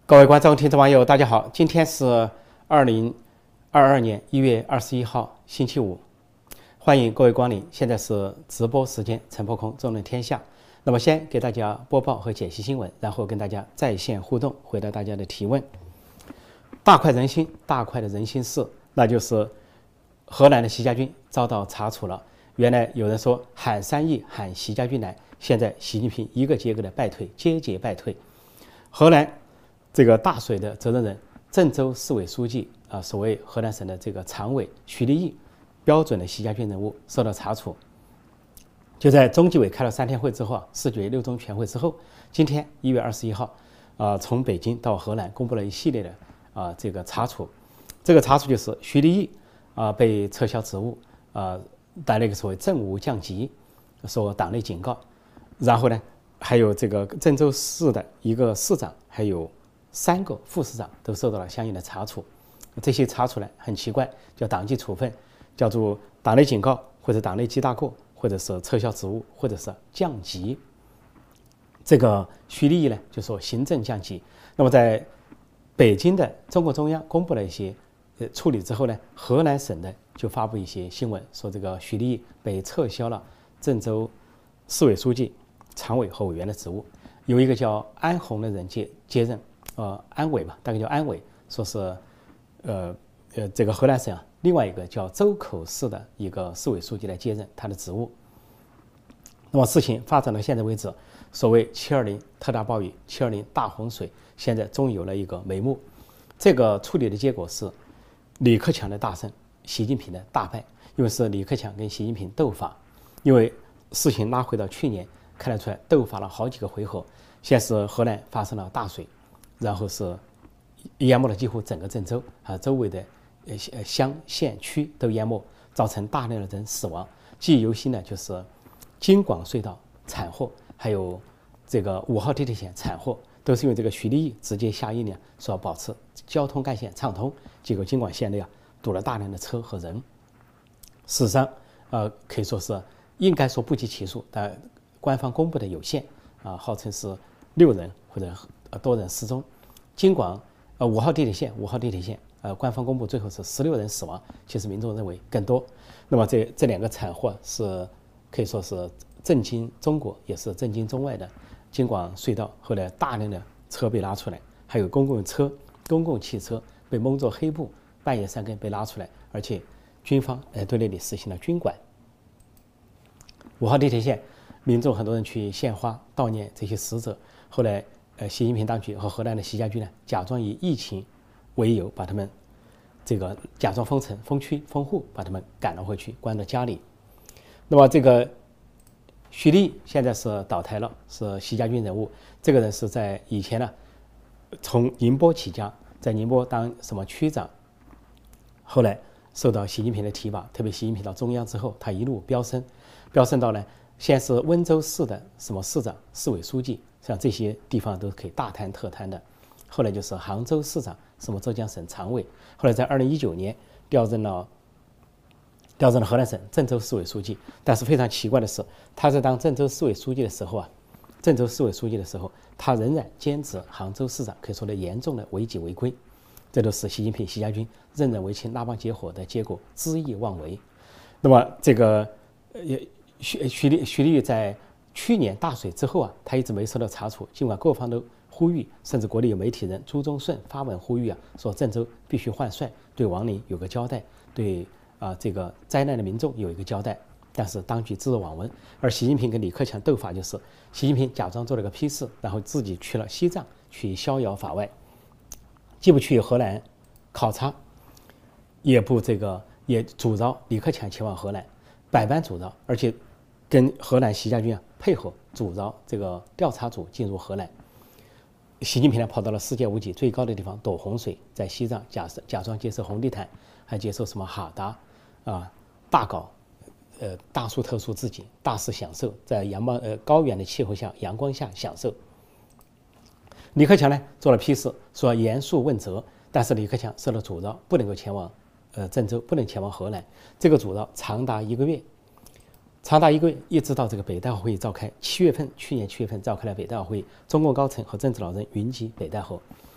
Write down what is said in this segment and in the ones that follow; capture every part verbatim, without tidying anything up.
各位观众、听众、网友，大家好！今天是二零二二年一月二十一号，星期五，欢迎各位光临。现在是直播时间，陈破空纵论天下。那么，先给大家播报和解析新闻，然后跟大家在线互动，回答大家的提问。大快人心，大快的人心事，那就是河南的习家军遭到查处了。原来有人说喊三亿，喊习家军来，现在习近平一个接一个的败退，节节败退。河南这个大水的责任人，郑州市委书记啊，所谓河南省的这个常委徐立毅，标准的习家军人物受到查处。就在中纪委开了三天会之后啊，四九六中全会之后，今天一月二十一号，啊，从北京到河南公布了一系列的啊这个查处。这个查处就是徐立毅啊被撤销职务啊，带了一个所谓政务降级，说党内警告。然后呢，还有这个郑州市的一个市长，还有三个副市长都受到了相应的查处。这些查处呢很奇怪，叫党纪处分，叫做党内警告，或者党内记大过，或者是撤销职务，或者是降级。这个徐立毅呢就说行政降级。那么在北京的中共中央公布了一些呃处理之后呢，河南省的就发布一些新闻，说这个徐立毅被撤销了郑州市委书记、常委和委员的职务，有一个叫安红的人接接任。呃，安伟吧，大概叫安伟，说是，呃呃，这个河南省啊，另外一个叫周口市的一个市委书记来接任他的职务。那么事情发展到现在为止，所谓七二零特大暴雨、七二零大洪水，现在终于有了一个眉目。这个处理的结果是李克强的大胜，习近平的大败，因为是李克强跟习近平斗法。因为事情拉回到去年，看得出来斗法了好几个回合。现在是河南发生了大水。然后是淹没了几乎整个郑州啊，周围的呃乡县区都淹没，造成大量的人死亡。记忆犹新呢，就是京广隧道惨祸，还有这个五号地铁线惨祸，都是因为这个徐立毅直接下令呢，说要保持交通干线畅通，结果京广线内啊堵了大量的车和人。事实上，呃，可以说是应该说不计其数，但官方公布的有限啊，号称是六人或者多人失踪。京广呃五号地铁线，五号地铁线呃官方公布最后是十六人死亡，其实民众认为更多。那么这这两个惨祸是可以说是震惊中国，也是震惊中外的。京广隧道后来大量的车被拉出来，还有公共车、公共汽车被蒙着黑布，半夜三更被拉出来，而且军方呃对那里实行了军管。五号地铁线，民众很多人去献花悼念这些死者，后来。呃，习近平当局和河南的习家军呢，假装以疫情为由，把他们这个假装封城、封区、封户，把他们赶了回去，关到家里。那么这个徐立现在是倒台了，是习家军人物。这个人是在以前呢，从宁波起家，在宁波当什么区长，后来受到习近平的提拔，特别习近平到中央之后，他一路飙升，飙升到呢，现在是温州市的什么市长、市委书记。像这些地方都是可以大谈特谈的。后来就是杭州市长，什么浙江省常委。后来在二零一九年调任了调任了河南省郑州市委书记。但是非常奇怪的是，他在当郑州市委书记的时候啊，郑州市委书记的时候，他仍然兼职杭州市长，可以说的严重的违纪违规。这都是习近平、习家军任人唯亲、拉帮结伙的结果，恣意妄为。那么这个呃徐徐立徐立毅在去年大水之后啊，他一直没受到查处，尽管各方都呼吁，甚至国内有媒体人朱宗顺发文呼吁啊，说郑州必须换帅，对亡灵有个交代，对啊、呃、这个灾难的民众有一个交代。但是当局置若罔闻，而习近平跟李克强斗法，就是习近平假装做了个批示，然后自己去了西藏去逍遥法外，既不去河南考察，也不这个也阻挠李克强前往河南，百般阻挠，而且跟河南习家军啊配合阻挠这个调查组进入河南。习近平呢跑到了世界屋脊最高的地方躲洪水，在西藏假假装接受红地毯，还接受什么哈达啊，大搞呃大书特书自己，大肆享受，在阳光呃高原的气候下阳光下享受。李克强呢做了批示，说严肃问责，但是李克强受到阻挠，不能够前往呃郑州，不能前往河南。这个阻挠长达一个月。长达一个月，一直到这个北戴河会议召开。七月份，去年七月份召开了北戴河会议，中共高层和政治老人云集北戴河。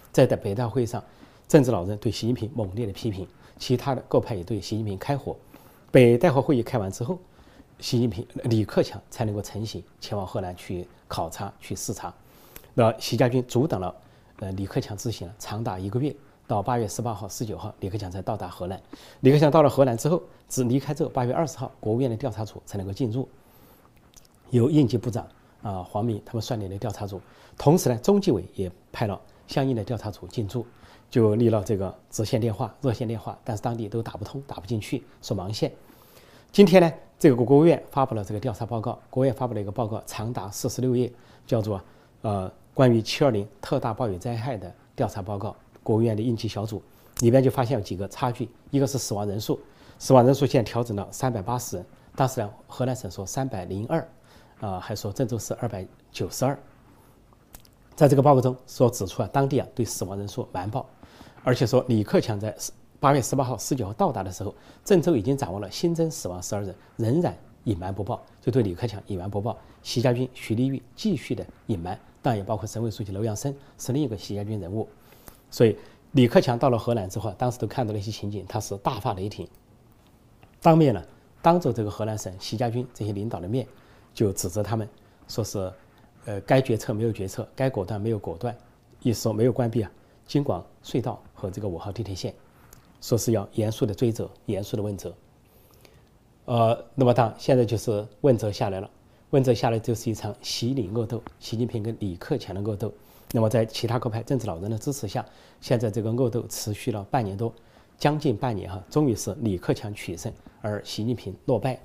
在在北大会上，政治老人对习近平猛烈的批评，其他的各派也对习近平开火。北戴河会议开完之后，习近平李克强才能够成行前往河南去考察、去视察。那习家军阻挡了呃李克强之行长达一个月，到八月十八号、十九号，李克强才到达河南。李克强到了河南之后，只离开之后，八月二十号，国务院的调查组才能够进驻，由应急部长啊、黄明他们率领的调查组。同时呢，中纪委也派了相应的调查组进驻，就立了这个直线电话、热线电话，但是当地都打不通、打不进去，说忙线。今天呢，这个国务院发布了这个调查报告，国务院发布了一个报告，长达四十六页，叫做呃关于七二零特大暴雨灾害的调查报告。国务院的应急小组里边就发现有几个差距，一个是死亡人数，死亡人数现在调整到三百八十人，当时呢，河南省说三百零二，啊，还说郑州市二百九十二。在这个报告中说指出啊，当地啊对死亡人数瞒报，而且说李克强在八月十八号、十九号到达的时候，郑州已经掌握了新增死亡十二人，仍然隐瞒不报，就对李克强隐瞒不报。习家军、徐立玉继续的隐瞒，当然也包括省委书记楼阳生是另一个习家军人物。所以李克强到了河南之后，当时都看到了一些情景，他是大发雷霆，当面呢当着这个河南省习家军这些领导的面，就指责他们，说是呃该决策没有决策，该果断没有果断，意思说没有关闭啊京广隧道和这个五号地铁线。说是要严肃的追责，严肃的问责。呃，那么当现在就是问责下来了，问责下来就是一场习李恶斗，习近平跟李克强的恶斗。那么在其他各派政治老人的支持下，现在这个恶斗持续了半年多，将近半年哈，终于是李克强取胜，而习近平落败。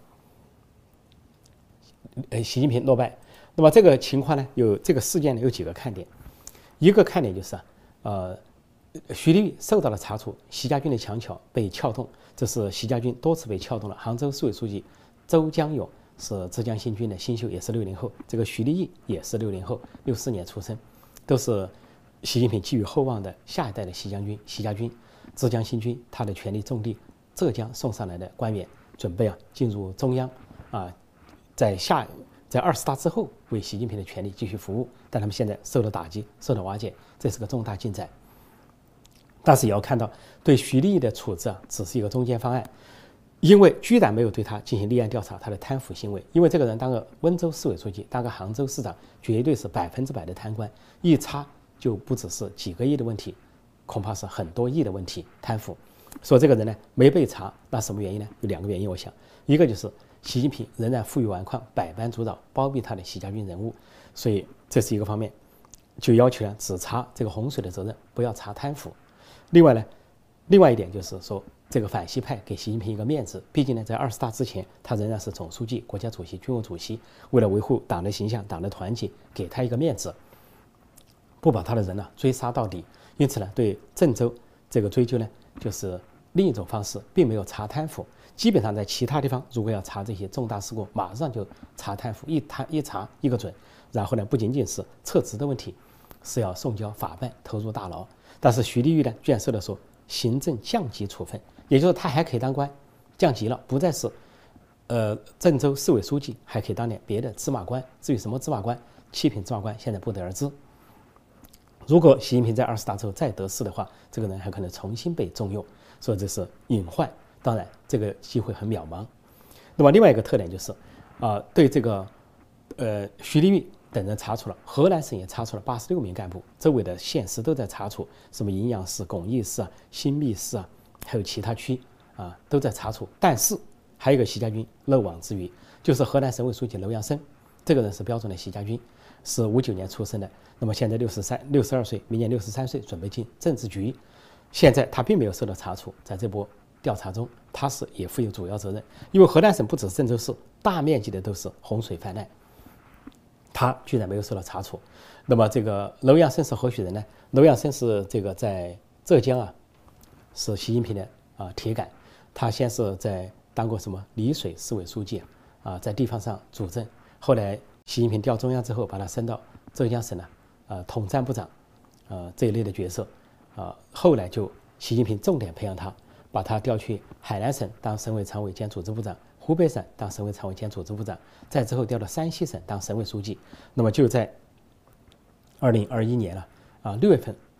呃，习近平落败。那么这个情况呢，有这个事件呢有几个看点，一个看点就是呃。徐立玉受到了查处，习家军的墙角被撬动，这是习家军多次被撬动了。杭州市委书记周江勇是浙江新军的新秀，也是六零后，这个徐立毅也是六零后，六四年出生，都是习近平寄予厚望的下一代的习将军、习家军。浙江新军他的权力重地浙江送上来的官员，准备啊进入中央啊，在下在二十大之后为习近平的权力继续服务，但他们现在受到打击，受到瓦解，这是个重大进展。但是也要看到，对徐立毅的处置啊，只是一个中间方案，因为居然没有对他进行立案调查他的贪腐行为。因为这个人当个温州市委书记，当个杭州市长，绝对是百分之百的贪官，一查就不只是几个亿的问题，恐怕是很多亿的问题贪腐。说这个人呢没被查，那什么原因呢？有两个原因，我想，一个就是习近平仍然负隅顽抗，百般阻挠，包庇他的习家军人物，所以这是一个方面，就要求呢只查这个洪水的责任，不要查贪腐。另外呢，另外一点就是说，这个反西派给习近平一个面子，毕竟呢，在二十大之前，他仍然是总书记、国家主席、军委主席，为了维护党的形象、党的团结，给他一个面子，不把他的人呢追杀到底。因此呢，对郑州这个追究呢，就是另一种方式，并没有查贪腐。基本上在其他地方，如果要查这些重大事故，马上就查贪腐，一贪一查一个准。然后呢，不仅仅是撤职的问题，是要送交法办，投入大牢。但是徐立玉呢，居然受到说行政降级处分，也就是他还可以当官，降级了，不再是呃郑州市委书记，还可以当点别的芝麻官。至于什么芝麻官、七品芝麻官，现在不得而知。如果习近平在二十大之后再得势的话，这个人还可能重新被重用，所以这是隐患。当然，这个机会很渺茫。那么另外一个特点就是，啊、呃，对这个呃徐立玉等人查处了，河南省也查处了八十六名干部，周围的县市都在查处，什么营阳市、巩义市啊、新密市啊，还有其他区啊都在查处。但是还有一个习家军漏网之鱼，就是河南省委书记楼阳生，这个人是标准的习家军，是五九年出生的，那么现在六十三、六十二岁，明年六十三岁，准备进政治局。现在他并没有受到查处，在这波调查中，他是也负有主要责任，因为河南省不只是郑州市，大面积的都是洪水泛滥。他居然没有受到查处，那么这个楼阳生是何许人呢？楼阳生是这个在浙江啊，是习近平的啊铁杆。他先是在当过什么丽水市委书记啊，在地方上主政。后来习近平调中央之后，把他升到浙江省呢，呃，统战部长，呃这一类的角色啊。后来就习近平重点培养他，把他调去海南省当省委常委兼组织部长。湖北省当省委常委兼组织部长，再之后调到山西省当省委书记。那么就在二零二一年了啊，六月份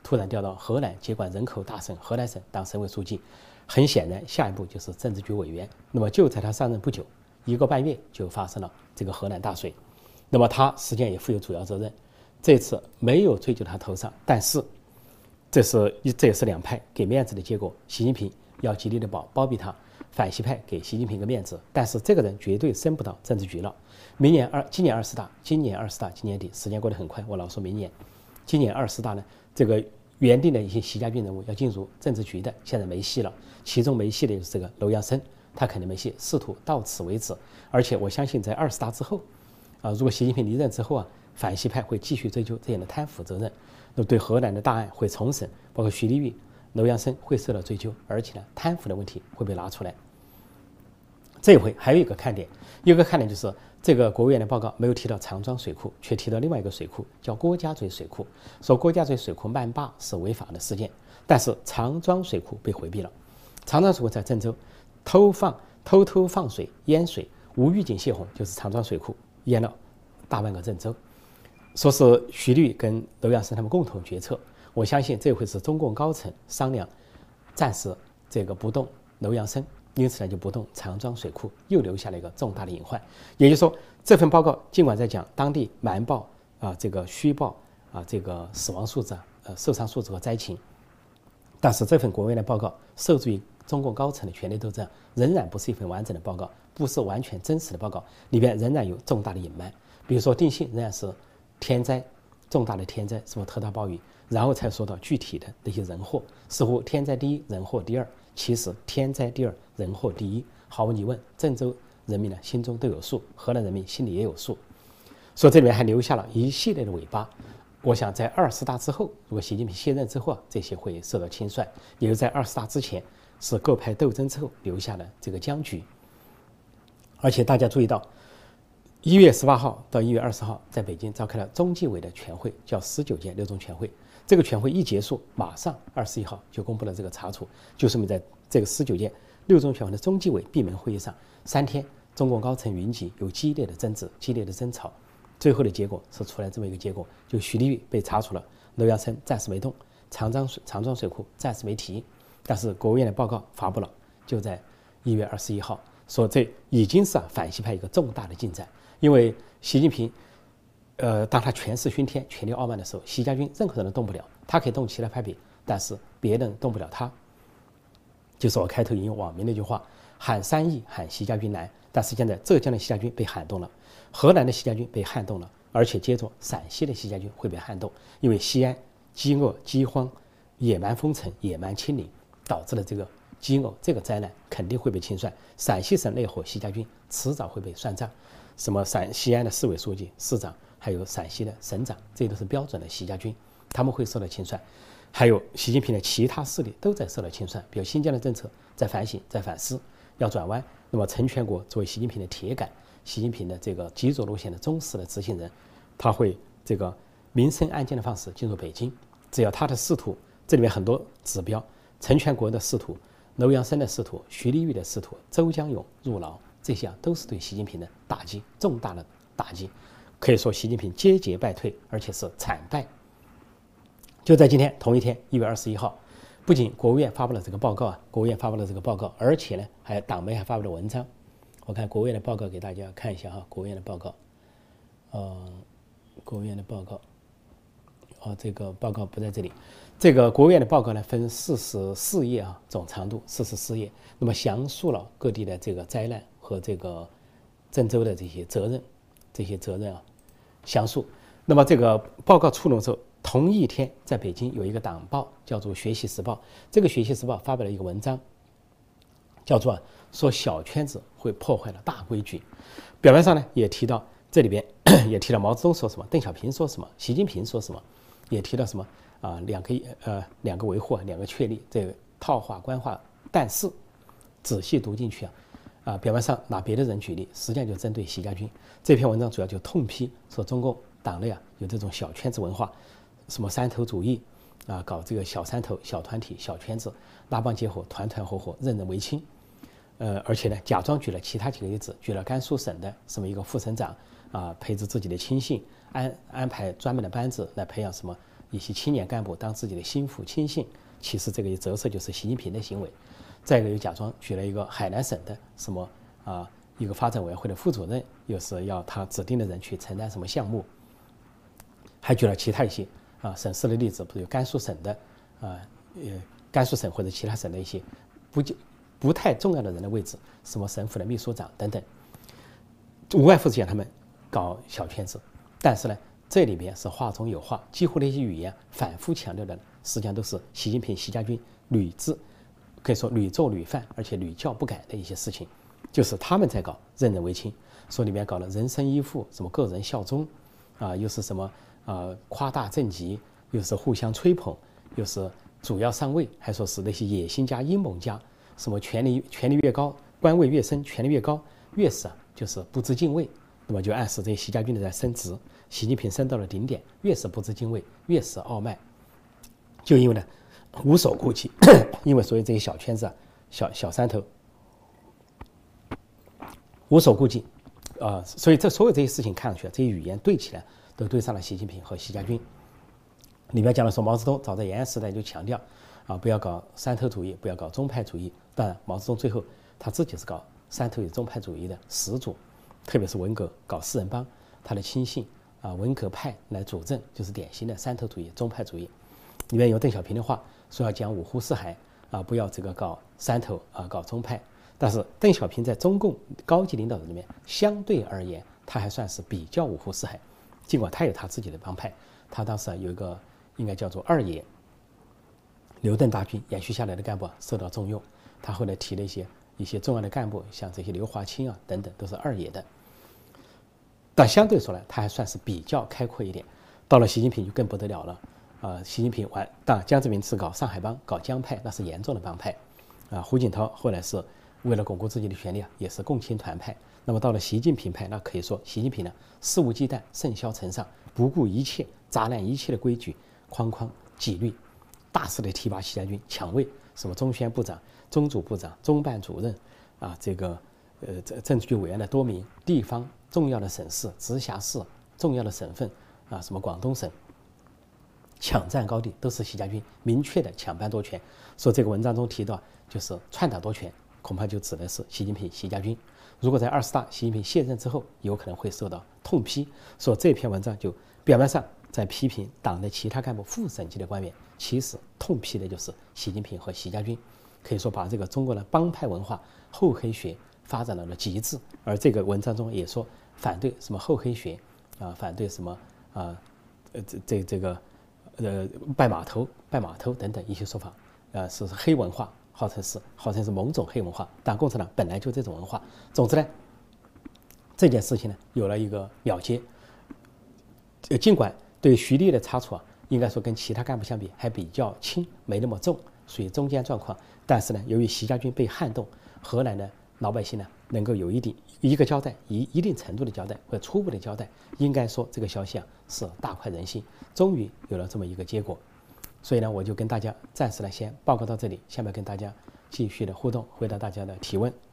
突然调到河南接管人口大省河南省当省委书记，很显然下一步就是政治局委员。那么就在他上任不久，一个半月就发生了这个河南大水，那么他实际上也负有主要责任。这次没有追究他头上，但是这是这也是两派给面子的结果。习近平要极力的包包庇他，反西派给习近平个面子，但是这个人绝对升不到政治局了。明年二今年二十大，今年二十大，今年底，时间过得很快。我老说明年，今年二十大呢，这个原定的一些习家军人物要进入政治局的，现在没戏了。其中没戏的就是这个楼阳生，他肯定没戏，仕途到此为止。而且我相信在二十大之后，啊，如果习近平离任之后啊，反西派会继续追究这样的贪腐责任，那么对河南的大案会重审，包括徐立玉、楼阳生会受到追究，而且呢，贪腐的问题会被拿出来。这一回还有一个看点，一个看点就是这个国务院的报告没有提到长庄水库，却提到另外一个水库，叫郭家嘴水库，说郭家嘴水库漫坝是违法的事件，但是长庄水库被回避了。长庄水库在郑州，偷放偷偷放水淹水，无预警泄洪，就是长庄水库淹了大半个郑州。说是徐立跟楼阳生他们共同决策，我相信这回是中共高层商量，暂时这个不动楼阳生，因此呢就不动长庄水库，又留下了一个重大的隐患。也就是说，这份报告尽管在讲当地瞒报啊、这个虚报啊、这个死亡数字、呃受伤数字和灾情，但是这份国务院的报告受制于中共高层的权力斗争，仍然不是一份完整的报告，不是完全真实的报告，里边仍然有重大的隐瞒。比如说定性仍然是天灾，重大的天灾，什么特大暴雨，然后才说到具体的那些人祸，似乎天灾第一，人祸第二，其实天灾第二，人祸第一。毫无疑问，郑州人民呢心中都有数，河南人民心里也有数，所以这里面还留下了一系列的尾巴。我想在二十大之后，如果习近平卸任之后啊，这些会受到清算，也就在二十大之前，是各派斗争之后留下的这个僵局。而且大家注意到，一月十八号到一月二十号，在北京召开了中纪委的全会，叫十九届六中全会。这个全会一结束，马上二十一号就公布了这个查处，就说明在这个十九届六中全会的中纪委闭门会议上，三天中共高层云集，有激烈的争执、激烈的争吵，最后的结果是出来这么一个结果，就徐立玉被查处了，楼阳生暂时没动，长庄水长庄水库暂时没提，但是国务院的报告发布了，就在一月二十一号，说这已经是、啊、反西派一个重大的进展。因为习近平，呃，当他权势熏天、权力傲慢的时候，习家军任何人都动不了，他可以动其他派别，但是别人动不了他。就是我开头引用网民那句话：“喊三亿，喊习家军难。”但是现在浙江的习家军被喊动了，河南的习家军被撼动了，而且接着陕西的习家军会被撼动，因为西安饥饿、饥荒、野蛮封城、野蛮清零导致了这个饥饿这个灾难，肯定会被清算。陕西省内伙习家军迟早会被算账。什么陕西安的市委书记、市长，还有陕西的省长，这都是标准的习家军，他们会受到清算。还有习近平的其他势力都在受到清算，比如新疆的政策在反省、在反思，要转弯。那么陈全国作为习近平的铁杆，习近平的这个极左路线的忠实的执行人，他会这个民生案件的方式进入北京。只要他的仕途，这里面很多指标，陈全国的仕途、楼阳生的仕途、徐立玉的仕途、周江勇入牢。这些啊都是对习近平的打击，重大的打击，可以说习近平节节败退，而且是惨败。就在今天同一天，一月二十一号，不仅国务院发布了这个报告啊，国务院发布了这个报告，而且呢，还党媒还发布了文章。我看国务院的报告给大家看一下哈，国务院的报告，呃，国务院的报告，哦，这个报告不在这里。这个国务院的报告呢，分四十四页啊，总长度四十四页，那么详述了各地的这个灾难和这个郑州的这些责任，这些责任啊，详述。那么这个报告出炉之后，同一天在北京有一个党报叫做《学习时报》，这个《学习时报》发表了一个文章，叫做、啊、说小圈子会破坏了大规矩。表面上呢也提到这里边也提到毛泽东说什么，邓小平说什么，习近平说什么，也提到什么啊两个呃两个维护两个确立，这个套话官话。但是仔细读进去啊。啊，表面上拿别的人举例，实际上就针对习家军。这篇文章主要就痛批说中共党内啊有这种小圈子文化，什么山头主义啊，搞这个小山头、小团体、小圈子，拉帮结伙、团团伙伙、任人唯亲。呃，而且呢，假装举了其他几个例子，举了甘肃省的什么一个副省长啊，配置自己的亲信，安安排专门的班子来培养什么一些青年干部当自己的心腹亲信，其实这个折射就是习近平的行为。再一个又假装举了一个海南省的什么啊一个发展委员会的副主任，又是要他指定的人去承担什么项目，还举了其他一些啊省市的例子，不是有甘肃省的啊呃甘肃省或者其他省的一些不不太重要的人的位置，什么省府的秘书长等等，无外乎是讲他们搞小圈子。但是呢，这里边是话中有话，几乎那些语言反复强调的，实际上都是习近平、习家军屡自可以说屡做屡犯，而且屡教不改的一些事情，就是他们在搞任人唯亲，说里面搞了人身依附，什么个人效忠，啊，又是什么呃夸大政绩，又是互相吹捧，又是主要上位，还说是那些野心家、阴谋家，什么权力权力越高，官位越升，权力越高，越是啊就是不知敬畏。那么就暗示这些习家军的在升职，习近平升到了顶点，越是不知敬畏，越是傲慢，就因为呢无所顾忌，因为所有这些小圈子啊、小小山头无所顾忌，啊、呃，所以这所有这些事情看上去，这些语言对起来都对上了习近平和习家军。里面讲了说，毛泽东早在延安时代就强调啊，不要搞山头主义，不要搞宗派主义。当然，毛泽东最后他自己是搞山头与宗派主义的始祖。特别是文革搞四人帮，他的亲信啊文革派来主政，就是典型的山头主义、宗派主义。里面有邓小平的话，说要讲五湖四海啊，不要这个搞山头啊，搞宗派。但是邓小平在中共高级领导人里面，相对而言，他还算是比较五湖四海。尽管他有他自己的帮派，他当时有一个应该叫做二爷，刘邓大军延续下来的干部啊受到重用，他后来提了一些。一些重要的干部，像这些刘华清啊等等，都是二爷的。但相对说来，他还算是比较开阔一点。到了习近平就更不得了了，啊、呃，习近平完，当然江泽民是搞上海帮、搞江派，那是严重的帮派，啊、呃，胡锦涛后来是为了巩固自己的权力啊，也是共青团派。那么到了习近平派，那可以说习近平呢肆无忌惮、甚嚣尘上，不顾一切、砸烂一切的规矩、框框纪律，大肆的提拔习家军，抢位，什么中宣部长。中组部长、中办主任，啊，这个呃政治局委员的多名，地方重要的省市、直辖市、重要的省份，啊，什么广东省，抢占高地，都是习家军明确的抢班夺权。说这个文章中提到，就是篡党夺权，恐怕就指的是习近平、习家军。如果在二十大习近平卸任之后，有可能会受到痛批。说这篇文章就表面上在批评党的其他干部、副省级的官员，其实痛批的就是习近平和习家军。可以说把这个中国的帮派文化、厚黑学发展到了极致，而这个文章中也说反对什么厚黑学啊，反对什么啊，呃这这这个呃拜码头、拜码头等等一些说法，呃是黑文化，号称是号称是某种黑文化，但共产党本来就这种文化。总之呢，这件事情呢有了一个了结。呃，尽管对徐立的查处啊，应该说跟其他干部相比还比较轻，没那么重。属于中间状况，但是呢，由于习家军被撼动，河南的老百姓呢能够有一定一个交代，一一定程度的交代或初步的交代，应该说这个消息啊是大快人心，终于有了这么一个结果。所以呢，我就跟大家暂时呢先报告到这里，下面跟大家继续的互动，回答大家的提问。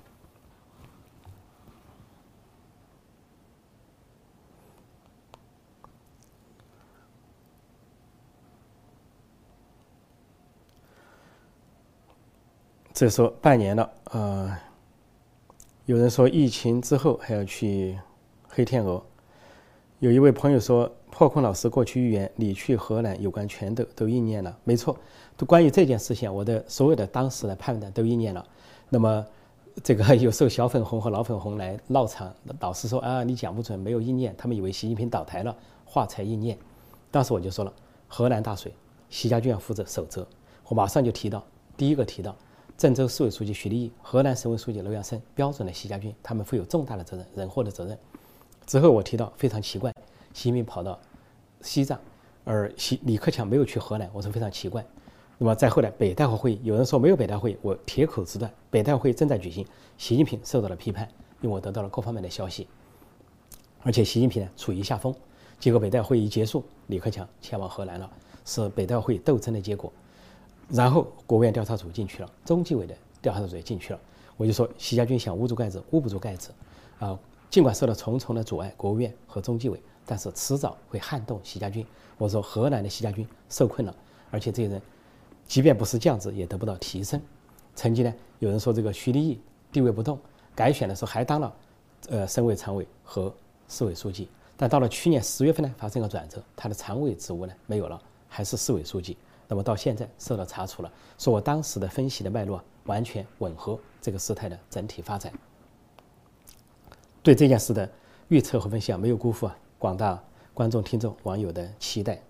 这说半年了，呃，有人说疫情之后还要去黑天鹅。有一位朋友说，破空老师过去预言你去荷兰有关全斗都应验了。没错，都关于这件事情，我的所有的当时的判断都应验了。那么这个有时候小粉红和老粉红来闹场，老是说啊你讲不准，没有应验，他们以为习近平倒台了，话才应验。当时我就说了，河南大水，习家军要负责守责。我马上就提到，第一个提到。郑州市委书记徐立毅、河南省委书记楼阳生标准的习家军，他们负有重大的责任、人祸的责任。之后我提到非常奇怪，习近平跑到西藏，而习李克强没有去河南，我说非常奇怪。那么再后来北戴河会议，有人说没有北戴会议，我铁口直断，北戴会议正在举行，习近平受到了批判，因为我得到了各方面的消息，而且习近平呢处于下风。结果北戴会议一结束，李克强前往河南了，是北戴会议斗争的结果。然后国务院调查组进去了，中纪委的调查组也进去了。我就说，习家军想捂住盖子，捂不住盖子，啊， 尽管受到重重的阻碍，国务院和中纪委，但是迟早会撼动习家军。我说河南的习家军受困了，而且这些人即便不是降职，也得不到提升。曾经呢，有人说这个徐立毅地位不动，改选的时候还当了呃省委常委和市委书记，但到了去年十月份呢，发生了转折，他的常委职务呢没有了，还是市委书记。那么到现在受到查处了，说我当时的分析的脉络完全吻合这个事态的整体发展。对这件事的预测和分析啊，没有辜负啊广大观众、听众、网友的期待。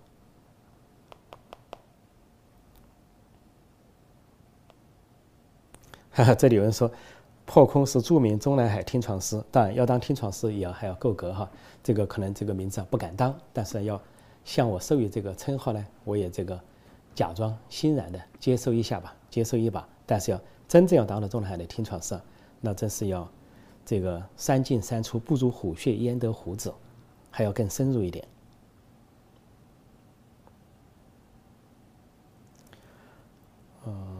哈哈，这里有人说，破空是著名中南海听传师，当然要当听传师也要还要够格哈。这个可能这个名字啊不敢当，但是要向我授予这个称号呢，我也这个假装欣然的接受一下吧，接受一把。但是要真正要当了中南海的听传师啊，那真是要这个山进山出，不如虎穴焉得虎子，还要更深入一点。嗯。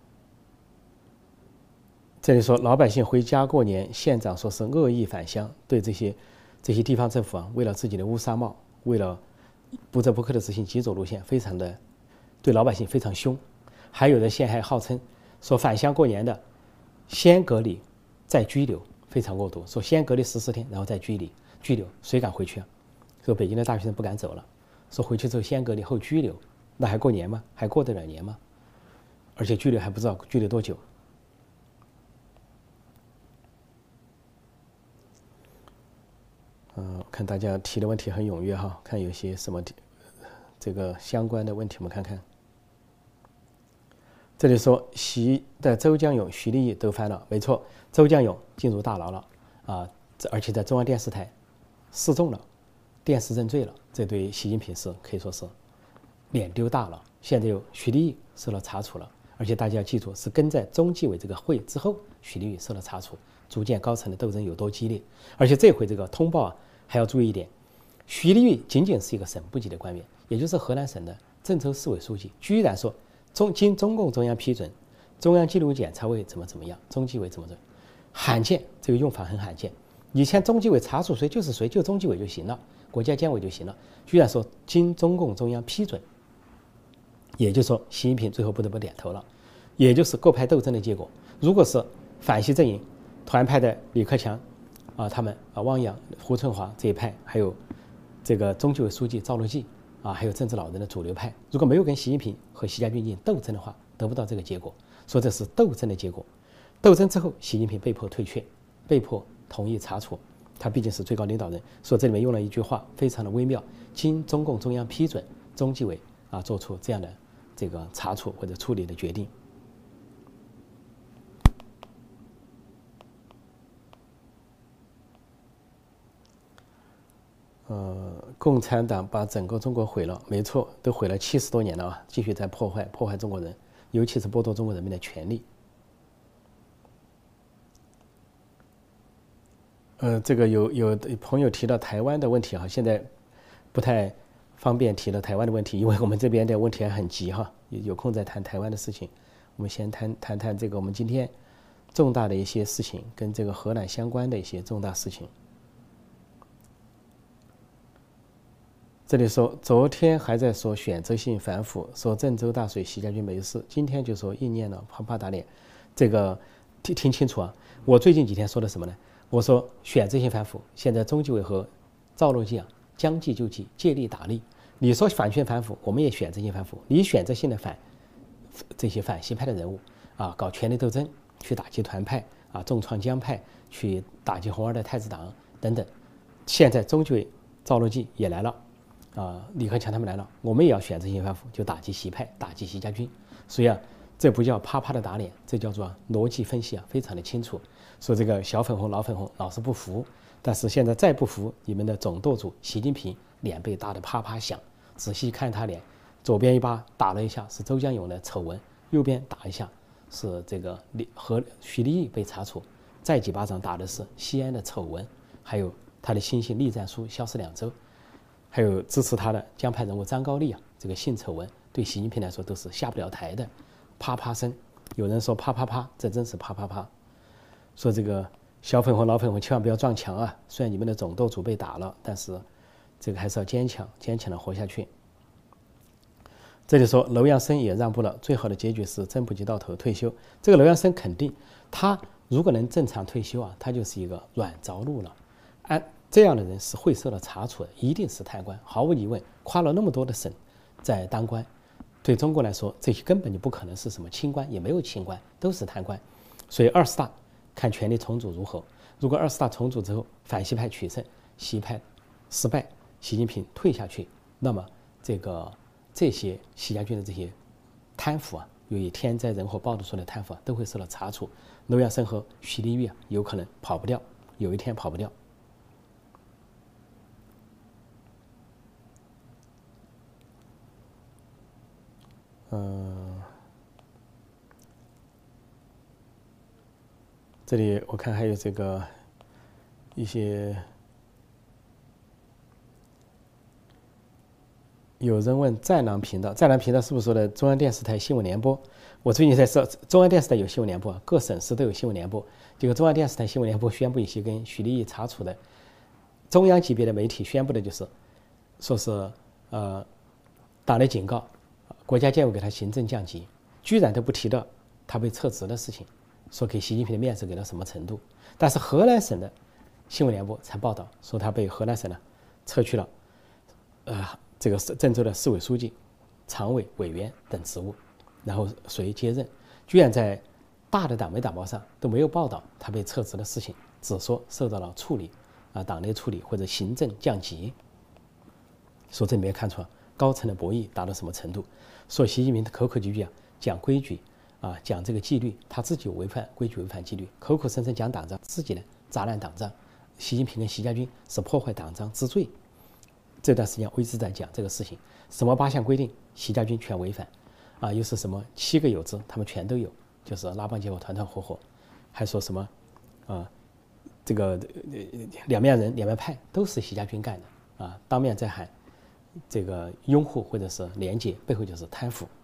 这里说老百姓回家过年，县长说是恶意返乡，对这些这些地方政府啊，为了自己的乌纱帽，为了不折不扣的执行极左路线，非常的对老百姓非常凶。还有的县还号称说返乡过年的先隔离再拘留，非常恶毒，说先隔离十四天，然后再拘离拘留，谁敢回去啊？说北京的大学生不敢走了，说回去之后先隔离后拘留，那还过年吗？还过得了年吗？而且拘留还不知道拘留多久。嗯、呃，看大家提的问题很踊跃哈，看有些什么这个相关的问题，我们看看。这里说习的周江勇、徐立毅都翻了，没错，周江勇进入大牢了啊，而且在中央电视台示众了，电视认罪了，这对习近平是可以说是脸丢大了。现在有徐立毅受到查处了，而且大家要记住，是跟在中纪委这个会之后，徐立毅受到查处。逐渐高层的斗争有多激烈，而且这回这个通报啊，还要注意一点，徐立毅仅仅是一个省部级的官员，也就是河南省的郑州市委书记，居然说中经中共中央批准，中央纪律检查委怎么怎么样，中纪委怎么怎么样，罕见，这个用法很罕见。以前中纪委查处谁就是谁，就中纪委就行了，国家监委就行了，居然说经中共中央批准，也就是说习近平最后不得不点头了，也就是各派斗争的结果。如果是反习阵营团派的李克强啊，他们啊，汪洋、胡春华这一派，还有这个中纪委书记赵乐际啊，还有政治老人的主流派，如果没有跟习近平和习家军进行斗争的话，得不到这个结果。说这是斗争的结果。斗争之后，习近平被迫退却，被迫同意查处。他毕竟是最高领导人，说这里面用了一句话，非常的微妙：经中共中央批准，中纪委啊做出这样的这个查处或者处理的决定。呃，共产党把整个中国毁了，没错，都毁了七十多年了啊，继续在破坏破坏中国人，尤其是剥夺中国人民的权利。呃，这个有有朋友提到台湾的问题哈，现在不太方便提到台湾的问题，因为我们这边的问题还很急哈，有空再谈台湾的事情。我们先谈谈谈这个我们今天重大的一些事情，跟这个河南相关的一些重大事情。这里说，昨天还在说选择性反腐，说郑州大水习家军没事，今天就说意念了，啪啪打脸。这个听听清楚啊！我最近几天说的什么呢？我说选择性反腐，现在中纪委和赵乐际啊，将计就计，借力打力。你说反选反腐，我们也选择性反腐。你选择性的反这些反西派的人物啊，搞权力斗争，去打击团派啊，重创江派，去打击红二代太子党等等。现在中纪委赵乐际也来了。啊，李克强他们来了，我们也要选择性反腐，就打击习派，打击习家军。所以啊，这不叫啪啪的打脸，这叫做逻辑分析啊，非常的清楚。说这个小粉红、老粉红老是不服，但是现在再不服，你们的总舵主习近平脸被打得啪啪响。仔细看他脸，左边一巴打了一下是周江勇的丑闻，右边打一下是这个李和徐立毅被查处，再几巴掌打的是西安的丑闻，还有他的亲信栗战书消失两周。还有支持他的江派人物张高丽啊，这个性丑闻对习近平来说都是下不了台的，啪啪声。有人说啪啪啪，这真是啪啪啪。说这个小粉红、老粉红千万不要撞墙啊！虽然你们的总斗主被打了，但是这个还是要坚强，坚强的活下去。这里说楼阳生也让步了，最好的结局是真不及到头退休。这个楼阳生肯定，他如果能正常退休啊，他就是一个软着陆了。按这样的人是会受到查处的，一定是贪官，毫无疑问。跨了那么多的省在当官，对中国来说，这些根本就不可能是什么清官，也没有清官，都是贪官。所以二十大看权力重组如何。如果二十大重组之后，反西派取胜，西派失败，习近平退下去，那么这个这些习家军的这些贪腐啊，由于天灾人祸爆得出来的贪腐啊，都会受到查处。楼阳生和许立玉啊，有可能跑不掉，有一天跑不掉。嗯，这里我看还有这个一些。有人问战狼频道，战狼频道是不是说的中央电视台新闻联播？我最近在说，中央电视台有新闻联播，各省市都有新闻联播。这个中央电视台新闻联播宣布一些跟许立毅查处的中央级别的媒体宣布的就是，说是呃打了警告，国家监委给他行政降级，居然都不提到他被撤职的事情，说给习近平的面子给到什么程度？但是河南省的新闻联播才报道说他被河南省呢撤去了，呃。这个郑州的市委书记、常委、委员等职务，然后谁接任？居然在大的党媒党报上都没有报道他被撤职的事情，只说受到了处理啊，党内处理或者行政降级。说这里面看出高层的博弈达到什么程度？说习近平的口口句句啊讲规矩啊，讲这个纪律，他自己有违反规矩、违反纪律，口口声声讲党章，自己呢砸烂党章。习近平跟习家军是破坏党章之最。这段时间我一直在讲这个事情，什么八项规定，习家军全违反，啊，又是什么七个有之，他们全都有，就是拉帮结伙、团团伙伙，还说什么，啊，这个两面人、两面派都是习家军干的，啊，当面在喊这个拥护或者是廉洁，背后就是贪腐。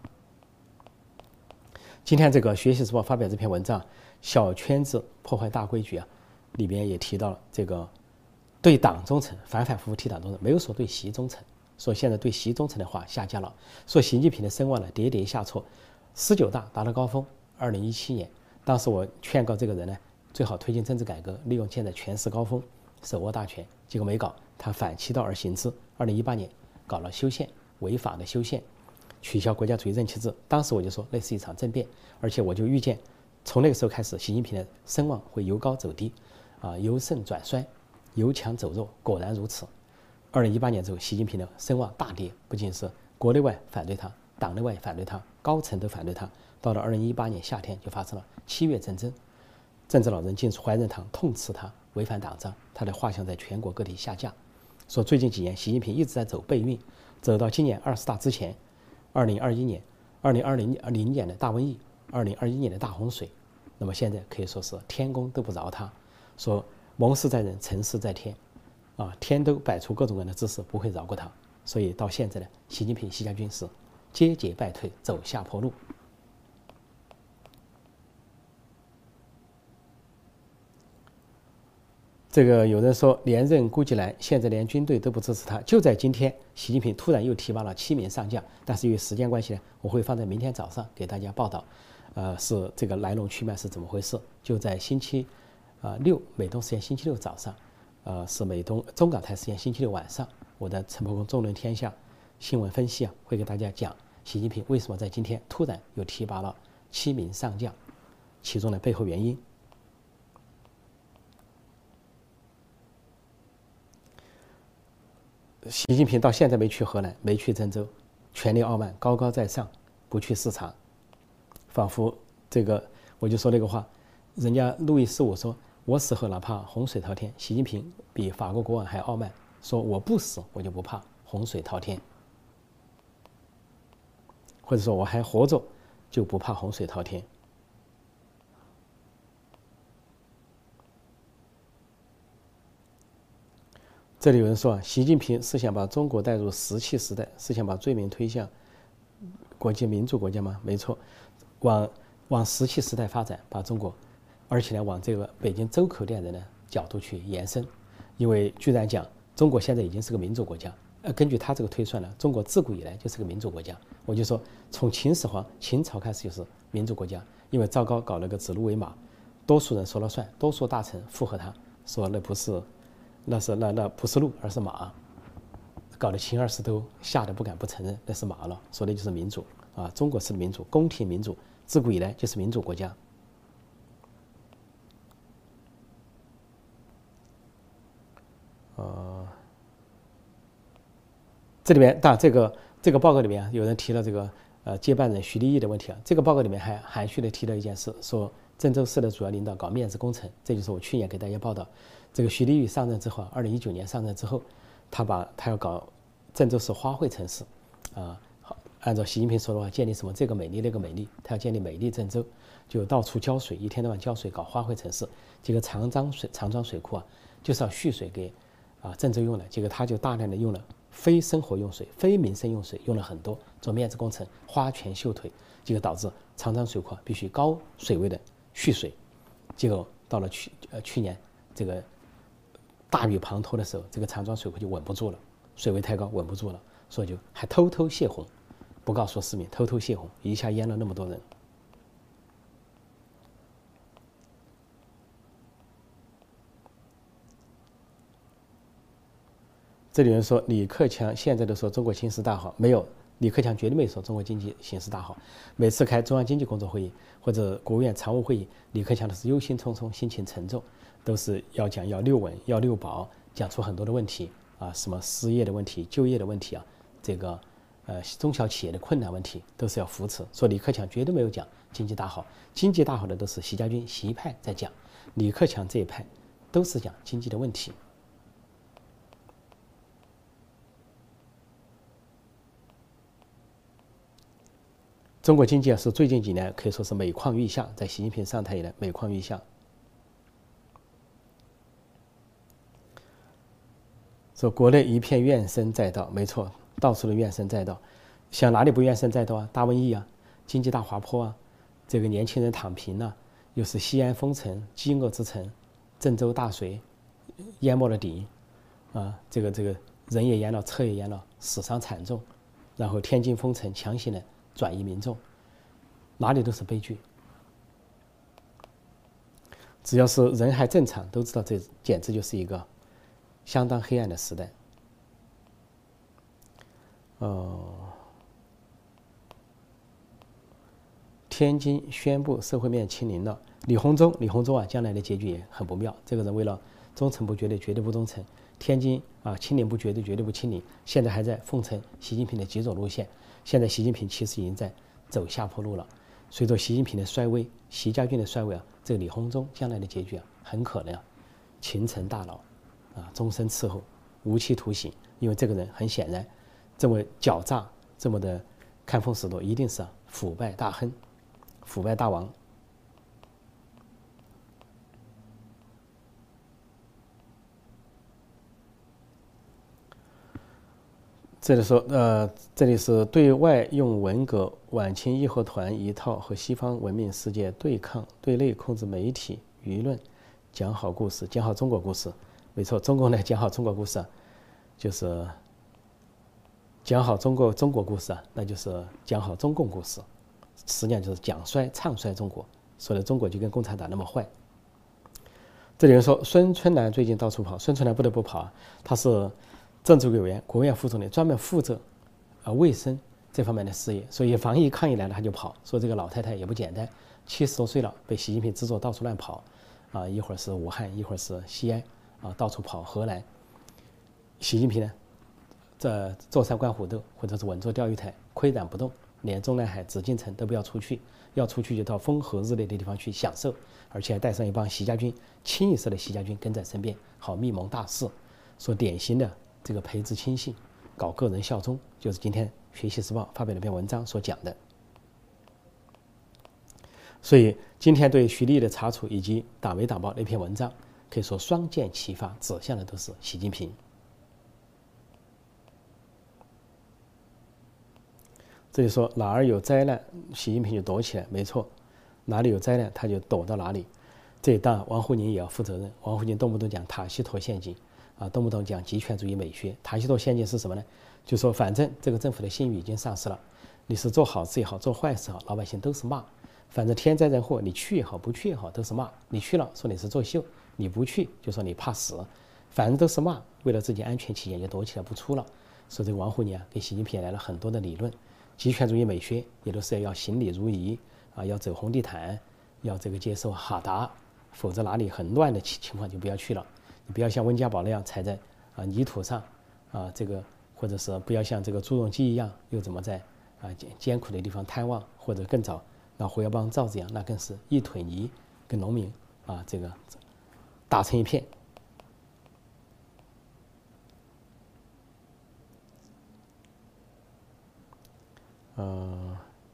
今天这个《学习时报》发表这篇文章，小圈子破坏大规矩啊，里边也提到了这个。对党忠诚，反反复复提党忠诚，没有说对习忠诚。说现在对习忠诚的话下降了。说习近平的声望呢跌跌下挫，十九大达到高峰，二零一七年，当时我劝告这个人呢，最好推进政治改革，利用现在权势高峰，手握大权。结果没搞，他反其道而行之。二零一八年搞了修宪，违法的修宪，取消国家主义任期制。当时我就说那是一场政变，而且我就预见，从那个时候开始，习近平的声望会由高走低，啊，由盛转衰。由强走弱，果然如此。二零一八年之后，习近平的声望大跌，不仅是国内外反对他，党内外反对他，高层都反对他。到了二零一八年夏天，就发生了七月政争，政治老人进怀仁堂痛斥他违反党章，他的画像在全国各地下架。说最近几年，习近平一直在走背运，走到今年二十大之前，二零二一年、二零二零零年的大瘟疫，二零二一年的大洪水，那么现在可以说是天公都不饶他，说。谋事在人，成事在天，啊，天都摆出各种各样的姿势，不会饶过他。所以到现在呢，习近平、习家军是节节败退，走下坡路。这个有人说连任估计难，现在连军队都不支持他。就在今天，习近平突然又提拔了七名上将，但是由于时间关系呢，我会放在明天早上给大家报道，呃，是这个来龙去脉是怎么回事？就在星期。啊、呃，六美东时间星期六早上，呃，是美东中港台时间星期六晚上，我的陈伯公纵论天下新闻分析啊，会给大家讲习近平为什么在今天突然又提拔了七名上将，其中的背后原因。习近平到现在没去河南，没去郑州，权力傲慢，高高在上，不去视察，仿佛这个我就说那个话，人家路易十五说。我死后哪怕洪水滔天，习近平比法国国王还傲慢，说我不死我就不怕洪水滔天，或者说我还活着就不怕洪水滔天。这里有人说啊，习近平是想把中国带入石器时代，是想把罪名推向国际民主国家吗？没错，往往石器时代发展，把中国而且呢往这个北京周口店的呢角度去延伸，因为居然讲中国现在已经是个民主国家。呃，根据他这个推算呢，中国自古以来就是个民主国家。我就说，从秦始皇、秦朝开始就是民主国家，因为赵高搞了个指鹿为马，多数人说了算，多数大臣附和他，说那不是，那是那那不是鹿，而是马，搞得秦二世都吓得不敢不承认那是马了，说的就是民主啊，中国式的民主，宫廷民主，自古以来就是民主国家。呃。这里面，当然这个这个报告里面有人提了这个呃接班人徐立毅的问题啊。这个报告里面还含蓄的提了一件事，说郑州市的主要领导搞面子工程，这就是我去年给大家报道，这个徐立毅上任之后，二零一九年上任之后，他把他要搞郑州市花卉城市，啊、呃，按照习近平说的话，建立什么这个美丽那个美丽，他要建立美丽郑州，就到处浇水，一天到晚浇水搞花卉城市。这个长江水长江水库啊，就是要蓄水给啊、呃、郑州用的，结果他就大量的用了。非生活用水、非民生用水用了很多，做面子工程，花拳绣腿，结果导致长江水库必须高水位的蓄水，结果到了去呃去年这个大雨滂沱的时候，这个长江水库就稳不住了，水位太高稳不住了，所以就还偷偷泄洪，不告诉市民，偷偷泄洪，一下淹了那么多人。这里人说李克强现在都说中国形势大好，没有，李克强绝对没说中国经济形势大好。每次开中央经济工作会议或者国务院常务会议，李克强都是忧心忡忡、心情沉重，都是要讲要六稳、要六保，讲出很多的问题啊，什么失业的问题、就业的问题啊，这个呃中小企业的困难问题都是要扶持。说李克强绝对没有讲经济大好，经济大好的都是习家军、习派在讲，李克强这一派都是讲经济的问题。中国经济啊，是最近几年可以说是每况愈下，在习近平上台以来每况愈下。说国内一片怨声载道，没错，到处的怨声载道，想哪里不怨声载道啊？大瘟疫啊，经济大滑坡啊，这个年轻人躺平啊，又是西安封城、饥饿之城，郑州大水淹没了底，啊，这个这个人也淹了，车也淹了，死伤惨重，然后天津封城，强行的转移民众，哪里都是悲剧。只要是人还正常，都知道这简直就是一个相当黑暗的时代。哦，天津宣布社会面清零了。李鸿忠，李鸿忠啊，将来的结局也很不妙。这个人为了忠诚不绝对，绝对不忠诚。天津啊，清零不绝对，绝对不清零。现在还在奉承习近平的极左路线。现在习近平其实已经在走下坡路了。随着习近平的衰微，习家军的衰微啊，这个李鸿忠将来的结局啊，很可能啊，秦城大牢，啊，终身伺候，无期徒刑。因为这个人很显然，这么狡诈，这么的看风使舵，一定是啊腐败大亨，腐败大王。这里说，呃，这里是对外用文革、晚清义和团一套和西方文明世界对抗，对内控制媒体舆论，讲好故事，讲好中国故事。没错，中国呢讲好中国故事啊，就是讲好中国中国故事啊，那就是讲好中共故事，实际上就是讲衰唱衰中国，说的中国就跟共产党那么坏。这里人说，孙春兰最近到处跑，孙春兰不得不跑啊，他是政治委员、国务院副总理，专门负责啊卫生这方面的事业，所以防疫抗疫来了他就跑。说这个老太太也不简单，七十多岁了，被习近平资助到处乱跑，啊，一会儿是武汉，一会儿是西安，啊，到处跑。荷兰，习近平呢，这坐山观虎斗，或者是稳坐钓鱼台，岿然不动，连中南海、紫禁城都不要出去，要出去就到风和日丽的地方去享受，而且还带上一帮习家军，清一色的习家军跟在身边，好密谋大事。说典型的这个培植亲信，搞个人效忠，就是今天《学习时报》发表了一篇文章所讲的。所以今天对徐立毅的查处以及党媒党报那篇文章，可以说双剑齐发，指向的都是习近平。这里说哪儿有灾难，习近平就躲起来，没错，哪里有灾难他就躲到哪里。 这当然王沪宁也要负责任。王沪宁动不动讲塔西佗陷阱啊，动不动讲极权主义美学。塔西佗陷阱是什么呢？就说反正这个政府的信誉已经丧失了，你是做好事也好，做坏事也好，老百姓都是骂。反正天灾人祸，你去也好，不去也好，都是骂。你去了说你是作秀，你不去就说你怕死，反正都是骂。为了自己安全起见，就躲起来不出了。所以这个王沪宁啊，给习近平来了很多的理论，极权主义美学也都是要行礼如仪啊，要走红地毯，要这个接受哈达。否则哪里很乱的情况就不要去了，你不要像温家宝那样踩在啊泥土上啊，这个或者是不要像这个朱镕基一样又怎么在啊艰苦的地方探望，或者更早那胡耀邦、赵子阳那更是一腿泥跟农民啊这个打成一片。呃。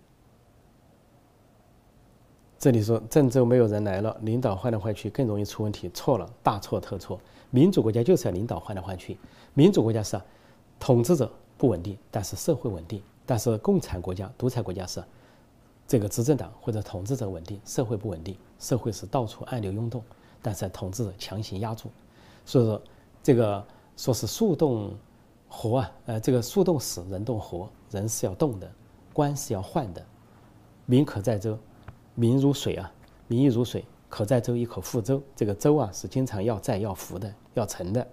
这里说郑州没有人来了，领导换来换去更容易出问题，错了，大错特错。民主国家就是要领导换来换去，民主国家是统治者不稳定，但是社会稳定；但是共产国家、独裁国家是这个执政党或者统治者稳定，社会不稳定，社会是到处暗流涌动，但是统治者强行压住。所以说这个说是树洞活啊，呃，这个树洞死，人洞活，人是要动的，官是要换的，民可载舟。民如水啊，民意如水，可载舟亦可覆舟。这个舟啊，是经常要载要浮的，要沉的。